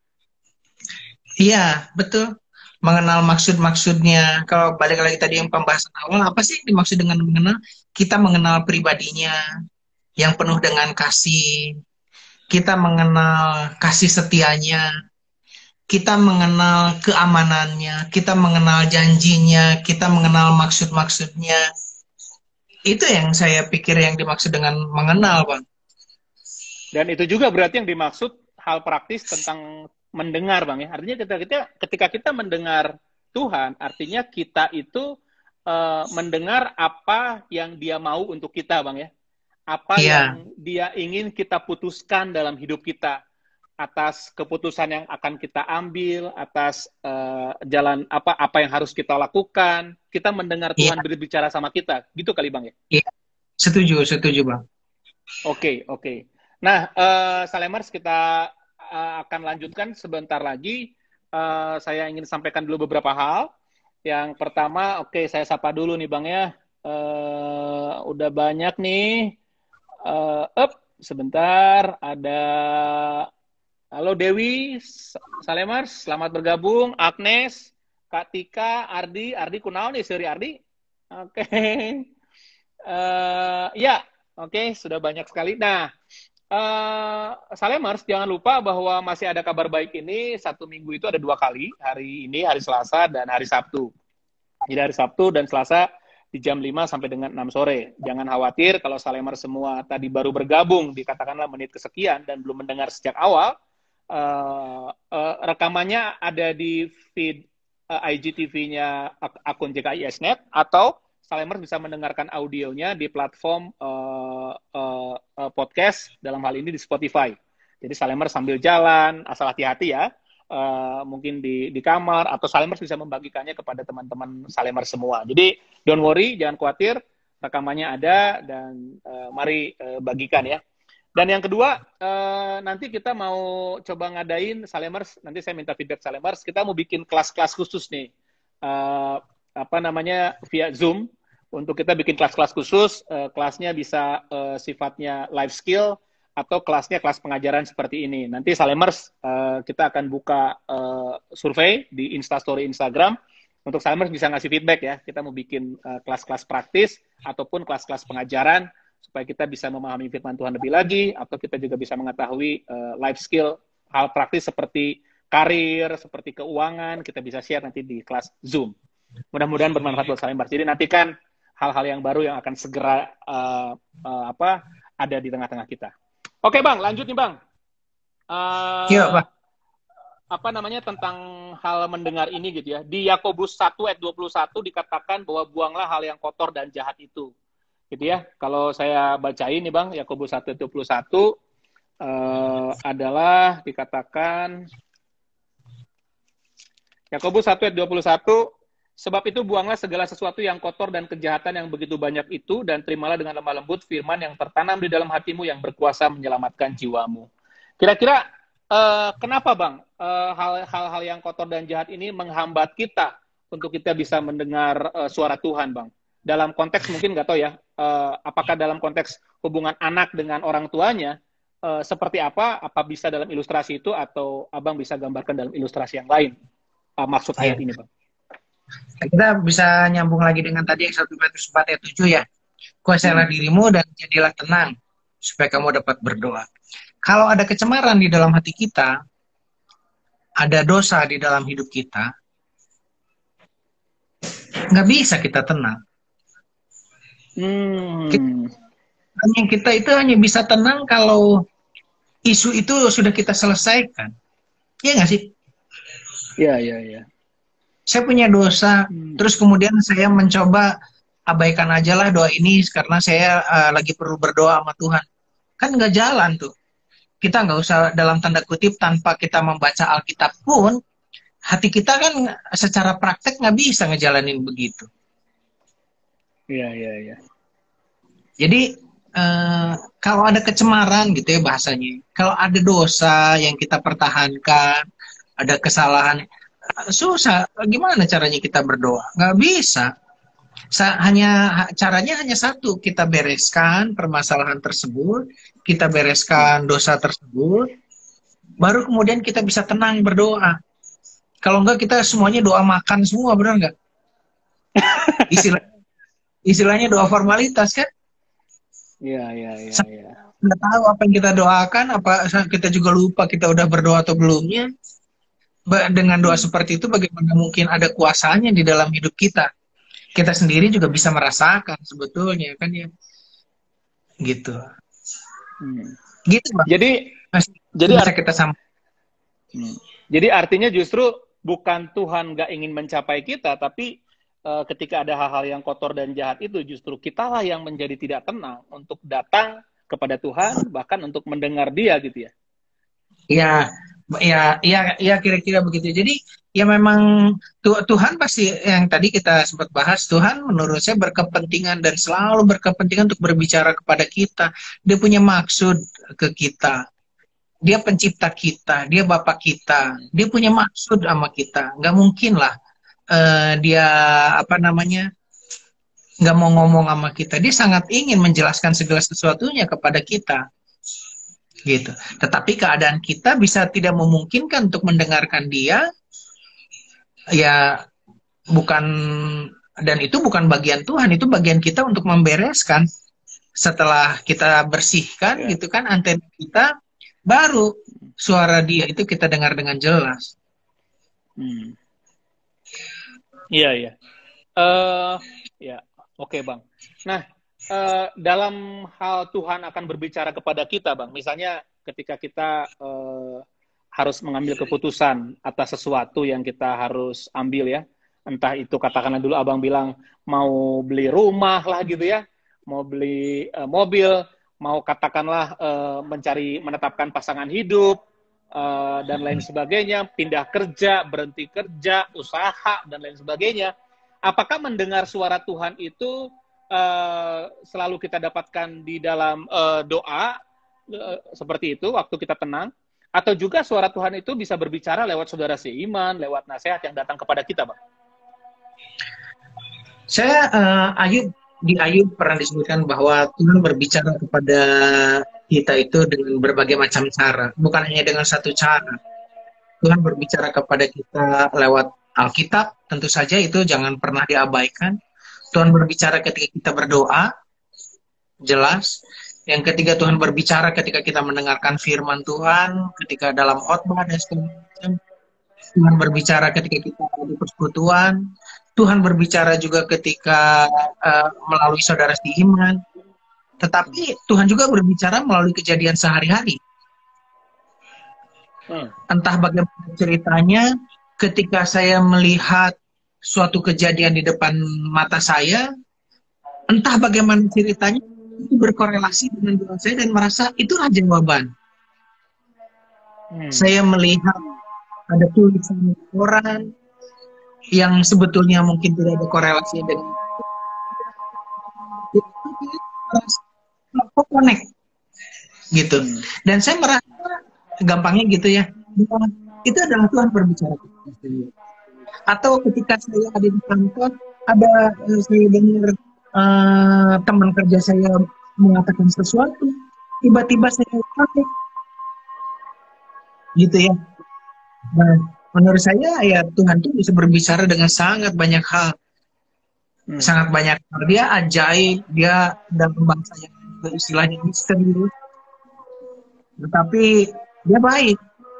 Iya, betul. Mengenal maksud-maksudnya. Kalau balik lagi tadi yang pembahasan awal, apa sih yang dimaksud dengan mengenal? Kita mengenal pribadinya yang penuh dengan kasih. Kita mengenal kasih setianya. Kita mengenal keamanannya. Kita mengenal janjinya. Kita mengenal maksud-maksudnya. Itu yang saya pikir yang dimaksud dengan mengenal, Bang. Dan itu juga berarti yang dimaksud hal praktis tentang mendengar, Bang ya. Artinya ketika kita mendengar Tuhan, artinya kita itu mendengar apa yang Dia mau untuk kita, Bang ya. Apa yang Dia ingin kita putuskan dalam hidup kita, atas keputusan yang akan kita ambil, atas jalan apa yang harus kita lakukan. Kita mendengar Tuhan berbicara sama kita, gitu kali, Bang ya. Iya. Setuju, Bang. Oke. Nah, Salemers, kita akan lanjutkan sebentar lagi. Saya ingin sampaikan dulu beberapa hal. Yang pertama, saya sapa dulu nih Bang ya. Udah banyak nih. Sebentar, ada halo Dewi, Salemers, selamat bergabung. Agnes, Kak Tika, Ardi kunaon nih, Seri Ardi? Oke. Sudah banyak sekali. Nah, Salemers, jangan lupa bahwa masih ada kabar baik ini. Satu minggu itu ada 2 kali. Hari ini, hari Selasa, dan hari Sabtu. Jadi hari Sabtu dan Selasa di jam 5 sampai dengan 6 sore. Jangan khawatir kalau Salemers semua tadi baru bergabung di katakanlah menit kesekian dan belum mendengar sejak awal. Rekamannya ada di feed IGTV-nya akun JKISnet atau Salemers bisa mendengarkan audionya di platform podcast, dalam hal ini di Spotify. Jadi Salemers sambil jalan, asal hati-hati ya, mungkin di kamar, atau Salemers bisa membagikannya kepada teman-teman Salemers semua. Jadi don't worry, jangan khawatir, rekamannya ada, dan mari bagikan ya. Dan yang kedua, nanti kita mau coba ngadain Salemers, nanti saya minta feedback Salemers, kita mau bikin kelas-kelas khusus nih, via Zoom, untuk kita bikin kelas-kelas khusus, kelasnya bisa sifatnya life skill, atau kelasnya kelas pengajaran seperti ini. Nanti Salemers, kita akan buka survei di Instastory Instagram, untuk Salemers bisa ngasih feedback ya, kita mau bikin kelas-kelas praktis, ataupun kelas-kelas pengajaran, supaya kita bisa memahami firman Tuhan lebih lagi, atau kita juga bisa mengetahui life skill, hal praktis seperti karir, seperti keuangan, kita bisa share nanti di kelas Zoom. Mudah-mudahan bermanfaat buat Salemers. Jadi nantikan hal-hal yang baru yang akan segera ada di tengah-tengah kita. Oke Bang, lanjut nih Bang. Iya Pak. Tentang hal mendengar ini gitu ya. Di Yakobus 1 ayat 21 dikatakan bahwa buanglah hal yang kotor dan jahat itu. Gitu ya. Kalau saya bacain nih Bang, Yakobus 1 ayat 21 adalah dikatakan Yakobus 1 ayat 21, sebab itu buanglah segala sesuatu yang kotor dan kejahatan yang begitu banyak itu, dan terimalah dengan lemah lembut firman yang tertanam di dalam hatimu yang berkuasa menyelamatkan jiwamu. Kira-kira kenapa Bang hal-hal yang kotor dan jahat ini menghambat kita untuk kita bisa mendengar suara Tuhan Bang? Dalam konteks mungkin nggak tahu ya, apakah dalam konteks hubungan anak dengan orang tuanya, seperti apa bisa dalam ilustrasi itu, atau Abang bisa gambarkan dalam ilustrasi yang lain maksud ayat ini Bang? Kita bisa nyambung lagi dengan tadi yang 1 Petrus 4 ayat 7 ya. Kuasailah dirimu dan jadilah tenang, supaya kamu dapat berdoa. Kalau ada kecemaran di dalam hati kita, ada dosa di dalam hidup kita, nggak bisa kita tenang. Kita itu hanya bisa tenang kalau isu itu sudah kita selesaikan. Iya nggak sih? Iya. Saya punya dosa, terus kemudian saya mencoba abaikan aja lah doa ini karena saya lagi perlu berdoa sama Tuhan. Kan nggak jalan tuh. Kita nggak usah dalam tanda kutip tanpa kita membaca Alkitab pun, hati kita kan secara praktek nggak bisa ngejalanin begitu. Iya. Jadi kalau ada kecemaran gitu ya bahasanya, kalau ada dosa yang kita pertahankan, ada kesalahan, susah. Gimana caranya kita berdoa? Nggak bisa. Caranya hanya satu, kita bereskan permasalahan tersebut, kita bereskan dosa tersebut, baru kemudian kita bisa tenang berdoa. Kalau enggak kita semuanya doa makan semua, benar nggak? Istilahnya doa formalitas kan? Iya. Nggak tahu apa yang kita doakan, apa kita juga lupa kita udah berdoa atau belumnya. Dengan doa seperti itu bagaimana mungkin ada kuasanya di dalam hidup kita? Kita sendiri juga bisa merasakan sebetulnya kan ya. Gitu. Gitu, Bang. Jadi bisa kita Jadi artinya justru bukan Tuhan nggak ingin mencapai kita, tapi ketika ada hal-hal yang kotor dan jahat itu, justru kitalah yang menjadi tidak tenang untuk datang kepada Tuhan, bahkan untuk mendengar Dia gitu ya. Iya, kira-kira begitu. Jadi ya memang Tuhan pasti, yang tadi kita sempat bahas, Tuhan menurut saya berkepentingan dan selalu berkepentingan untuk berbicara kepada kita. Dia punya maksud ke kita. Dia pencipta kita, dia Bapak kita, dia punya maksud sama kita. Nggak mungkin lah dia nggak mau ngomong sama kita. Dia sangat ingin menjelaskan segala sesuatunya kepada kita. Gitu. Tetapi keadaan kita bisa tidak memungkinkan untuk mendengarkan dia, ya bukan, dan itu bukan bagian Tuhan, itu bagian kita untuk membereskan. Setelah kita bersihkan gitu kan antena kita, baru suara dia itu kita dengar dengan jelas. Iya. Ya, oke Bang. Nah, dalam hal Tuhan akan berbicara kepada kita, Bang. Misalnya ketika kita harus mengambil keputusan atas sesuatu yang kita harus ambil ya. Entah itu katakanlah dulu abang bilang mau beli rumah lah gitu ya, mau beli mobil, mau katakanlah menetapkan pasangan hidup, dan lain sebagainya, pindah kerja, berhenti kerja, usaha, dan lain sebagainya. Apakah mendengar suara Tuhan itu selalu kita dapatkan di dalam doa, seperti itu, waktu kita tenang? Atau juga suara Tuhan itu bisa berbicara lewat saudara seiman, lewat nasihat yang datang kepada kita, Bang? Saya di Ayub pernah disebutkan bahwa Tuhan berbicara kepada kita itu dengan berbagai macam cara, bukan hanya dengan satu cara. Tuhan berbicara kepada kita lewat Alkitab, tentu saja itu jangan pernah diabaikan. Tuhan berbicara ketika kita berdoa, jelas. Yang ketiga, Tuhan berbicara ketika kita mendengarkan firman Tuhan, ketika dalam khotbah dan segala macam. Tuhan berbicara ketika kita ada di persekutuan. Tuhan berbicara juga ketika melalui saudara seiman. Tetapi Tuhan juga berbicara melalui kejadian sehari-hari. Entah bagaimana ceritanya, ketika saya melihat suatu kejadian di depan mata saya, entah bagaimana ceritanya, itu berkorelasi dengan diri saya dan merasa itulah jawaban. Saya melihat ada tulisan orang yang sebetulnya mungkin tidak ada korelasi dengan connect gitu. Dan saya merasa gampangnya gitu ya, itu adalah Tuhan berbicara kepada saya. Atau ketika saya ada di kantor, ada saya dengar teman kerja saya mengatakan sesuatu, tiba-tiba saya pakai gitu ya. Nah, menurut saya ya Tuhan itu bisa berbicara dengan sangat banyak hal. Sangat banyak hal. Dia ajaib, dia dalam bahasa yang istilahnya misterius. Tetapi dia baik.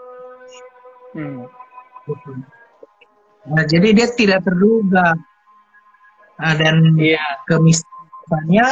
Nah, jadi dia tidak terduga. Nah, dan kemisteriusannya,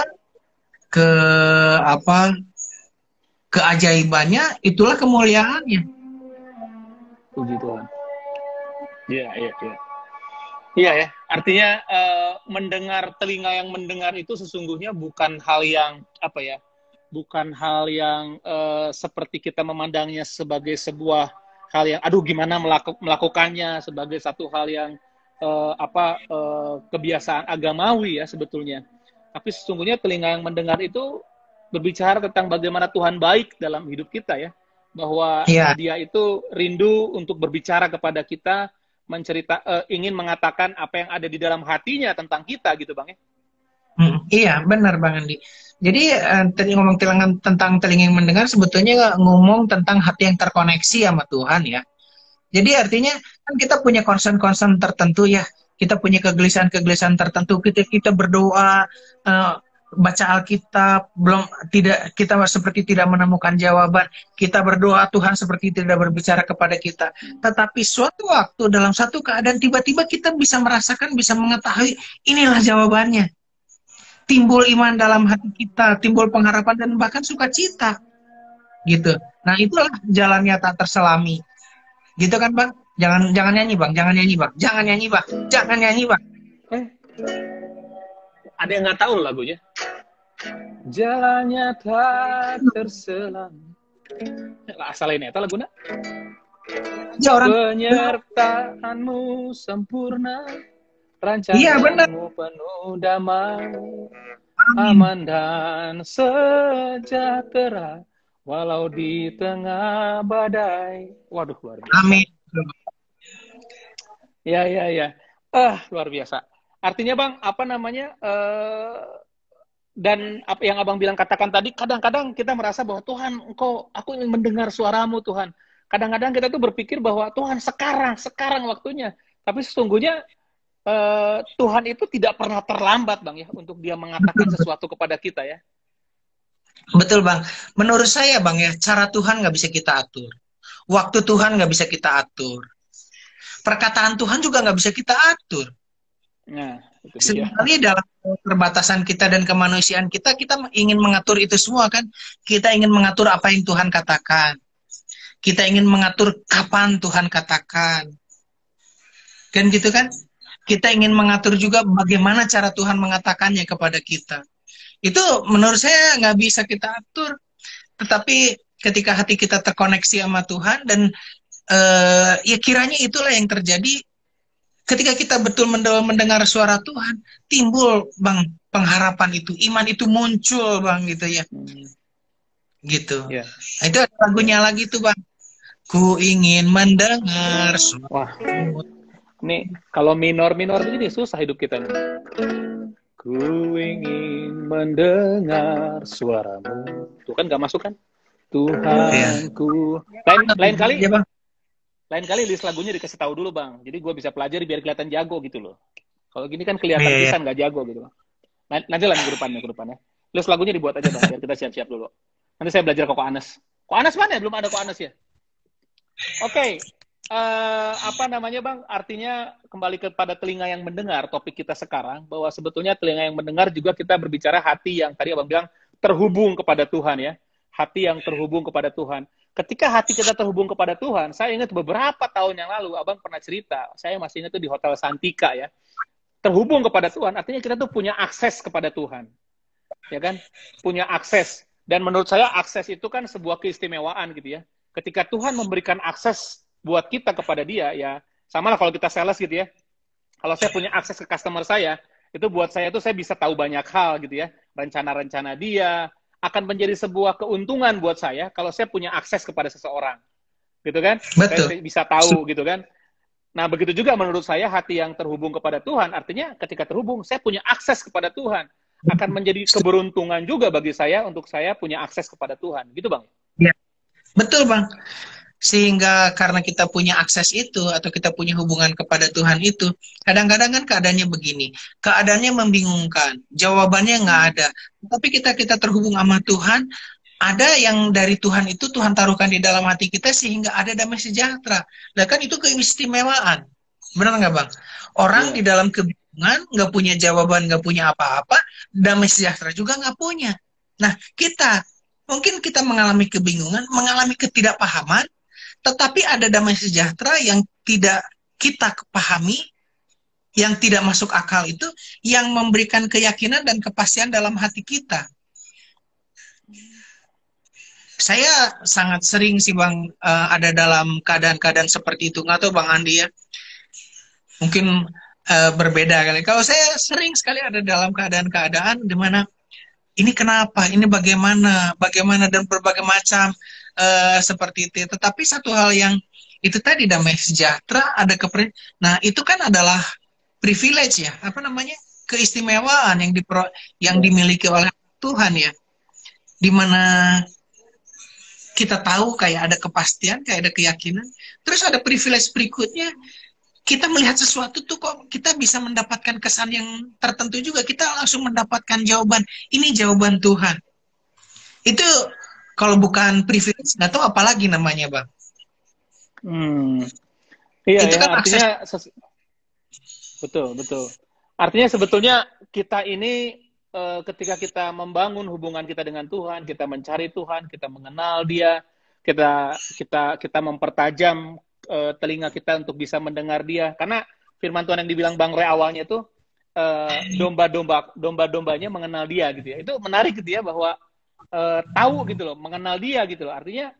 keajaibannya, itulah kemuliaannya. Puji Tuhan. Iya. Iya ya, artinya mendengar, telinga yang mendengar itu sesungguhnya bukan hal yang bukan hal yang seperti kita memandangnya sebagai sebuah hal yang gimana melakukannya, sebagai satu hal yang kebiasaan agamawi ya sebetulnya. Tapi sesungguhnya telinga yang mendengar itu berbicara tentang bagaimana Tuhan baik dalam hidup kita ya. Bahwa dia itu rindu untuk berbicara kepada kita, ingin mengatakan apa yang ada di dalam hatinya tentang kita gitu Bang ya. Iya benar Bang Andi. Jadi tadi ngomong tentang telinga yang mendengar, sebetulnya ngomong tentang hati yang terkoneksi sama Tuhan ya. Jadi artinya kan kita punya concern tertentu ya, kita punya kegelisahan tertentu, kita berdoa, baca Alkitab, kita seperti tidak menemukan jawaban. Kita berdoa, Tuhan seperti tidak berbicara kepada kita. Tetapi suatu waktu dalam satu keadaan tiba-tiba kita bisa merasakan, bisa mengetahui inilah jawabannya. Timbul iman dalam hati kita, timbul pengharapan dan bahkan sukacita. Gitu. Nah, itulah jalan nyata terselami. Gitu kan, Bang? Jangan nyanyi, Bang. Jangan nyanyi, Bang. Ada yang nggak tahu lagunya? Jalannya tak terselam. Asal ini eta laguna. Penyertaanmu sempurna, rancanganmu penuh damai, aman dan sejahtera, walau di tengah badai. Waduh, luar biasa. Amin. Ya. Luar biasa. Artinya Bang, dan apa yang Abang bilang katakan tadi, kadang-kadang kita merasa bahwa Tuhan, aku ingin mendengar suaramu Tuhan. Kadang-kadang kita tuh berpikir bahwa Tuhan sekarang waktunya. Tapi sesungguhnya Tuhan itu tidak pernah terlambat Bang ya, untuk dia mengatakan sesuatu kepada kita ya. Betul Bang. Menurut saya Bang ya, cara Tuhan nggak bisa kita atur. Waktu Tuhan nggak bisa kita atur. Perkataan Tuhan juga nggak bisa kita atur. Nah, sebenarnya dalam keterbatasan kita dan kemanusiaan kita ingin mengatur itu semua kan. Kita ingin mengatur apa yang Tuhan katakan. Kita ingin mengatur kapan Tuhan katakan. Kan gitu kan? kita ingin mengatur juga bagaimana cara Tuhan mengatakannya kepada kita. Itu menurut saya nggak bisa kita atur. Tetapi ketika hati kita terkoneksi sama Tuhan dan ya kiranya itulah yang terjadi ketika kita betul mendengar suara Tuhan, timbul Bang pengharapan itu, iman itu muncul Bang gitu ya. Gitu. Yeah. Nah, itu ada lagunya lagi tuh Bang. Ku ingin mendengar suara. Wah. Nih, kalau minor-minor begini susah hidup kita nih. Ku ingin mendengar suaramu. Tuh kan nggak masuk kan? Tuhanku. Lain kali. Ya, Bang. Lain kali list lagunya dikasih tahu dulu Bang. Jadi gue bisa pelajari biar kelihatan jago gitu loh. Kalau gini kan kelihatan pisan nggak jago gitu loh. Nanti lah ke depannya. List lagunya dibuat aja Bang, biar kita siap-siap dulu. Nanti saya belajar ke Ko Anes. Ko Anes mana ya? Belum ada Ko Anes ya? Oke. Apa namanya Bang? Artinya kembali kepada telinga yang mendengar topik kita sekarang, bahwa sebetulnya telinga yang mendengar juga kita berbicara hati yang tadi Abang bilang terhubung kepada Tuhan ya. Hati yang terhubung kepada Tuhan. Ketika hati kita terhubung kepada Tuhan, saya ingat beberapa tahun yang lalu, Abang pernah cerita, saya masih ingat itu di Hotel Santika ya, terhubung kepada Tuhan, artinya kita tuh punya akses kepada Tuhan, ya kan? Punya akses, dan menurut saya akses itu kan sebuah keistimewaan gitu ya. Ketika Tuhan memberikan akses buat kita kepada dia, ya sama lah kalau kita sales gitu ya, kalau saya punya akses ke customer saya, itu buat saya tuh saya bisa tahu banyak hal gitu ya, rencana-rencana dia, akan menjadi sebuah keuntungan buat saya kalau saya punya akses kepada seseorang, gitu kan? Betul. Saya bisa tahu, gitu kan? Nah, begitu juga menurut saya hati yang terhubung kepada Tuhan, artinya ketika terhubung, saya punya akses kepada Tuhan, akan menjadi keberuntungan juga bagi saya untuk saya punya akses kepada Tuhan, gitu Bang? Ya, betul Bang. Sehingga karena kita punya akses itu atau kita punya hubungan kepada Tuhan itu, kadang-kadang kan keadaannya begini, keadaannya membingungkan, jawabannya nggak ada. Tapi kita terhubung sama Tuhan, ada yang dari Tuhan itu Tuhan taruhkan di dalam hati kita sehingga ada damai sejahtera. Nah kan itu keistimewaan, benar nggak Bang? Orang di dalam kebingungan, nggak punya jawaban, nggak punya apa-apa, damai sejahtera juga nggak punya. Nah mungkin kita mengalami kebingungan, mengalami ketidakpahaman, tetapi ada damai sejahtera yang tidak kita pahami, yang tidak masuk akal itu, yang memberikan keyakinan dan kepastian dalam hati kita. Saya sangat sering sih Bang, ada dalam keadaan-keadaan seperti itu. Nggak tahu Bang Andi ya, mungkin berbeda kali. Kalau saya sering sekali ada dalam keadaan-keadaan di mana ini kenapa, ini bagaimana, dan berbagai macam seperti itu. Tetapi satu hal yang itu tadi damai sejahtera, ada nah itu kan adalah privilege ya, apa namanya, keistimewaan yang dimiliki oleh Tuhan ya, dimana kita tahu kayak ada kepastian, kayak ada keyakinan. Terus ada privilege berikutnya, kita melihat sesuatu tuh kok kita bisa mendapatkan kesan yang tertentu juga, kita langsung mendapatkan jawaban. Ini jawaban Tuhan. Itu kalau bukan privilege, nggak tahu apa lagi namanya Bang. Iya itu ya, kan artinya betul. Artinya sebetulnya kita ini ketika kita membangun hubungan kita dengan Tuhan, kita mencari Tuhan, kita mengenal Dia, kita mempertajam telinga kita untuk bisa mendengar Dia. Karena firman Tuhan yang dibilang Bang Roy awalnya itu domba-dombanya mengenal Dia gitu ya. Itu menarik gitu ya, bahwa tahu gitu loh, mengenal Dia gitu loh. Artinya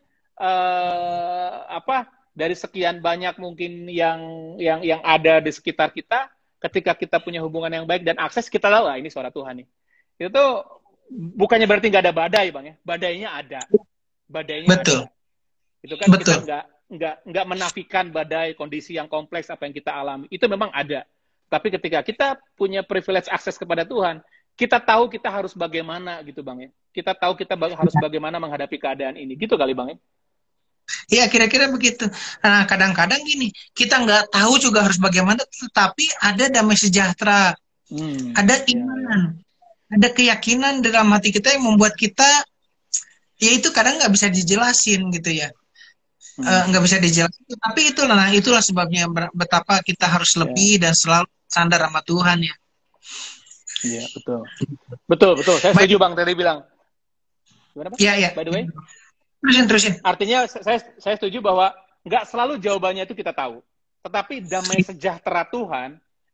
dari sekian banyak mungkin yang ada di sekitar kita, ketika kita punya hubungan yang baik dan akses, kita tahu ini suara Tuhan nih. Itu bukannya berarti nggak ada badai Bang ya. Badainya ada. Betul. Ada. Itu kan Betul. Kita nggak menafikan badai, kondisi yang kompleks apa yang kita alami. Itu memang ada. Tapi ketika kita punya privilege akses kepada Tuhan, kita tahu kita harus bagaimana gitu Bang ya. Kita tahu kita harus bagaimana menghadapi keadaan ini. Gitu kali Bang ya. Iya, kira-kira begitu. Nah, kadang-kadang gini, kita nggak tahu juga harus bagaimana, tetapi ada damai sejahtera, ada iman, ada keyakinan dalam hati kita yang membuat kita, ya itu kadang nggak bisa dijelasin gitu ya. Nggak bisa dijelasin, tapi itulah sebabnya betapa kita harus lebih dan selalu sandar sama Tuhan ya. Iya, betul. Saya setuju Bang tadi bilang. Gimana Bang? Iya. By the way? Terusin. Artinya saya setuju bahwa nggak selalu jawabannya itu kita tahu. Tetapi damai sejahtera Tuhan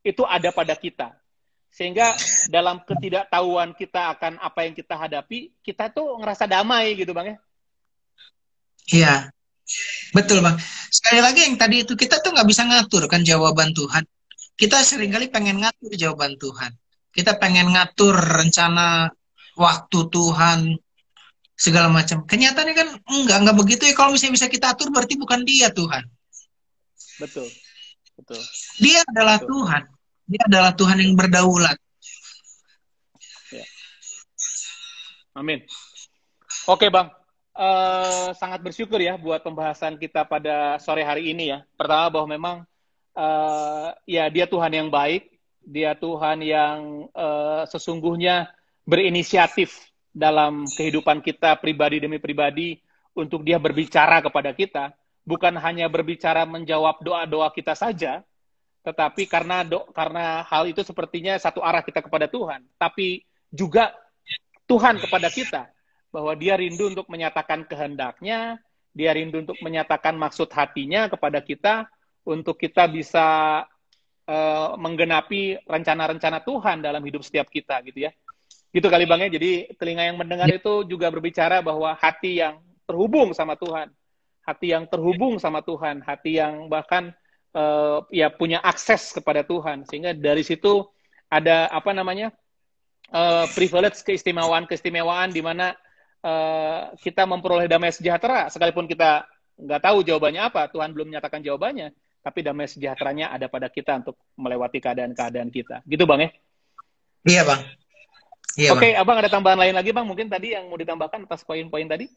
itu ada pada kita. Sehingga dalam ketidaktahuan kita akan apa yang kita hadapi, kita tuh ngerasa damai gitu Bang ya. Iya, betul Bang. Sekali lagi yang tadi itu kita tuh nggak bisa ngatur kan jawaban Tuhan. Kita seringkali pengen ngatur jawaban Tuhan. Kita pengen ngatur rencana waktu Tuhan segala macam. Kenyataannya kan enggak begitu ya. Kalau misalnya bisa kita atur berarti bukan Dia Tuhan. Betul. Betul. Dia adalah Betul. Tuhan. Dia adalah Tuhan yang berdaulat. Ya. Amin. Oke Bang. Sangat bersyukur ya buat pembahasan kita pada sore hari ini ya. Pertama bahwa memang ya Dia Tuhan yang baik, Dia Tuhan yang sesungguhnya berinisiatif dalam kehidupan kita pribadi demi pribadi untuk Dia berbicara kepada kita, bukan hanya berbicara menjawab doa-doa kita saja, tetapi karena hal itu sepertinya satu arah kita kepada Tuhan, tapi juga Tuhan kepada kita. Bahwa Dia rindu untuk menyatakan kehendaknya, Dia rindu untuk menyatakan maksud hatinya kepada kita, untuk kita bisa menggenapi rencana-rencana Tuhan dalam hidup setiap kita, gitu ya. Gitu kali Bang ya, jadi telinga yang mendengar itu juga berbicara bahwa hati yang terhubung sama Tuhan, hati yang terhubung sama Tuhan, hati yang bahkan ya punya akses kepada Tuhan, sehingga dari situ ada apa namanya, privilege, keistimewaan di mana kita memperoleh damai sejahtera, sekalipun kita nggak tahu jawabannya apa, Tuhan belum menyatakan jawabannya, tapi damai sejahteranya ada pada kita untuk melewati keadaan-keadaan kita. Gitu Bang ya? Iya Bang. Iya, Oke, Bang. Abang ada tambahan lain lagi Bang? Mungkin tadi yang mau ditambahkan atas poin-poin tadi?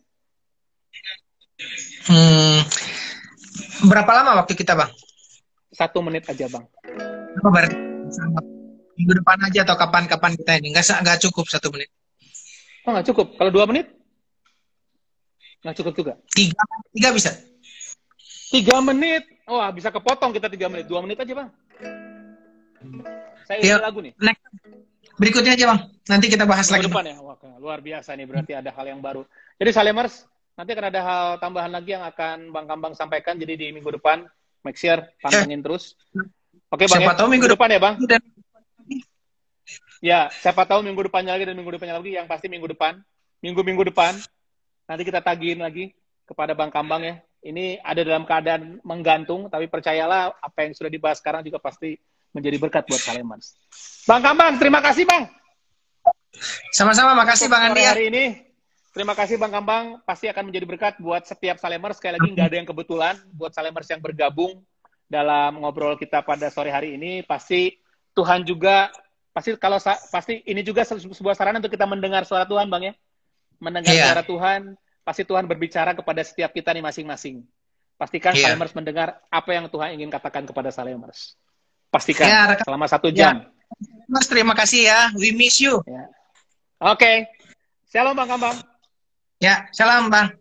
Berapa lama waktu kita Bang? 1 menit aja Bang. Apa berarti minggu depan aja atau kapan-kapan kita ini? Nggak cukup 1 menit. Oh nggak cukup? Kalau 2 menit? Nggak cukup juga? 3 bisa? 3 menit? Wah, bisa kepotong kita 3 menit. 2 menit aja Bang. Saya isi lagu nih. Next. Berikutnya aja Bang. Nanti kita bahas lagi. Depan ya? Wah, luar biasa nih. Berarti ada hal yang baru. Jadi Salemers, nanti akan ada hal tambahan lagi yang akan Bang Kambang sampaikan. Jadi di minggu depan, make sure pantengin terus. Oke Bang, siapa tahu minggu depan ya Bang? Dan... Ya, siapa tahu minggu depannya lagi dan minggu depannya lagi. Yang pasti minggu depan. Minggu depan. Nanti kita tagihin lagi kepada Bang Kambang ya. Ini ada dalam keadaan menggantung, tapi percayalah apa yang sudah dibahas sekarang juga pasti menjadi berkat buat Salemers. Bang Kambang, terima kasih Bang. Sama-sama, makasih Bang Andi ya. Hari ini, terima kasih Bang Kambang, pasti akan menjadi berkat buat setiap Salemers. Sekali lagi nggak ada yang kebetulan, buat Salemers yang bergabung dalam ngobrol kita pada sore hari ini, pasti Tuhan juga, pasti ini juga sebuah sarana untuk kita mendengar suara Tuhan Bang ya. Mendengar suara Tuhan, pasti Tuhan berbicara kepada setiap kita nih masing-masing. Pastikan Salemers mendengar apa yang Tuhan ingin katakan kepada Salemers. Pastikan selama 1 jam. Mas, terima kasih ya. We miss you. Ya. Oke. Shalom Bang Kambang. Ya, salam Bang.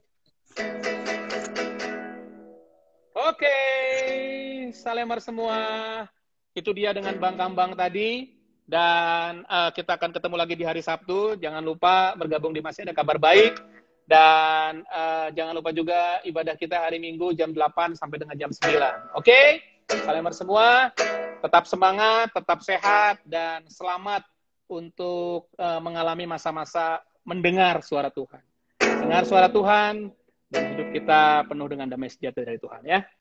Oke. Salemers semua. Itu dia dengan Bang Kambang tadi. Dan kita akan ketemu lagi di hari Sabtu. Jangan lupa bergabung di Masih Ada Kabar Baik. Dan jangan lupa juga ibadah kita hari Minggu jam 8 sampai dengan jam 9. Oke? Salemers semua, tetap semangat, tetap sehat, dan selamat untuk mengalami masa-masa mendengar suara Tuhan. Dengar suara Tuhan, dan hidup kita penuh dengan damai sejahtera dari Tuhan ya.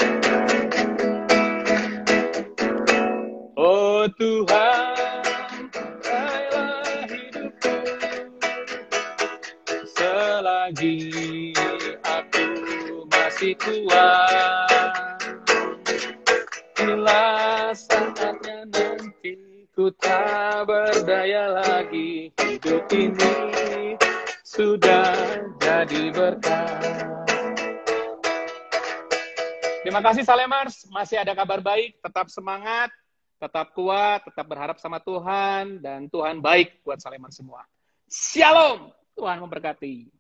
Oh Tuhan, kailah hidupku selagi aku masih kuat. Inilah saatnya nanti ku tak berdaya lagi. Hidup ini sudah jadi berkat. Terima kasih Salemers, masih ada kabar baik. Tetap semangat, tetap kuat, tetap berharap sama Tuhan. Dan Tuhan baik buat Salemers semua. Shalom, Tuhan memberkati.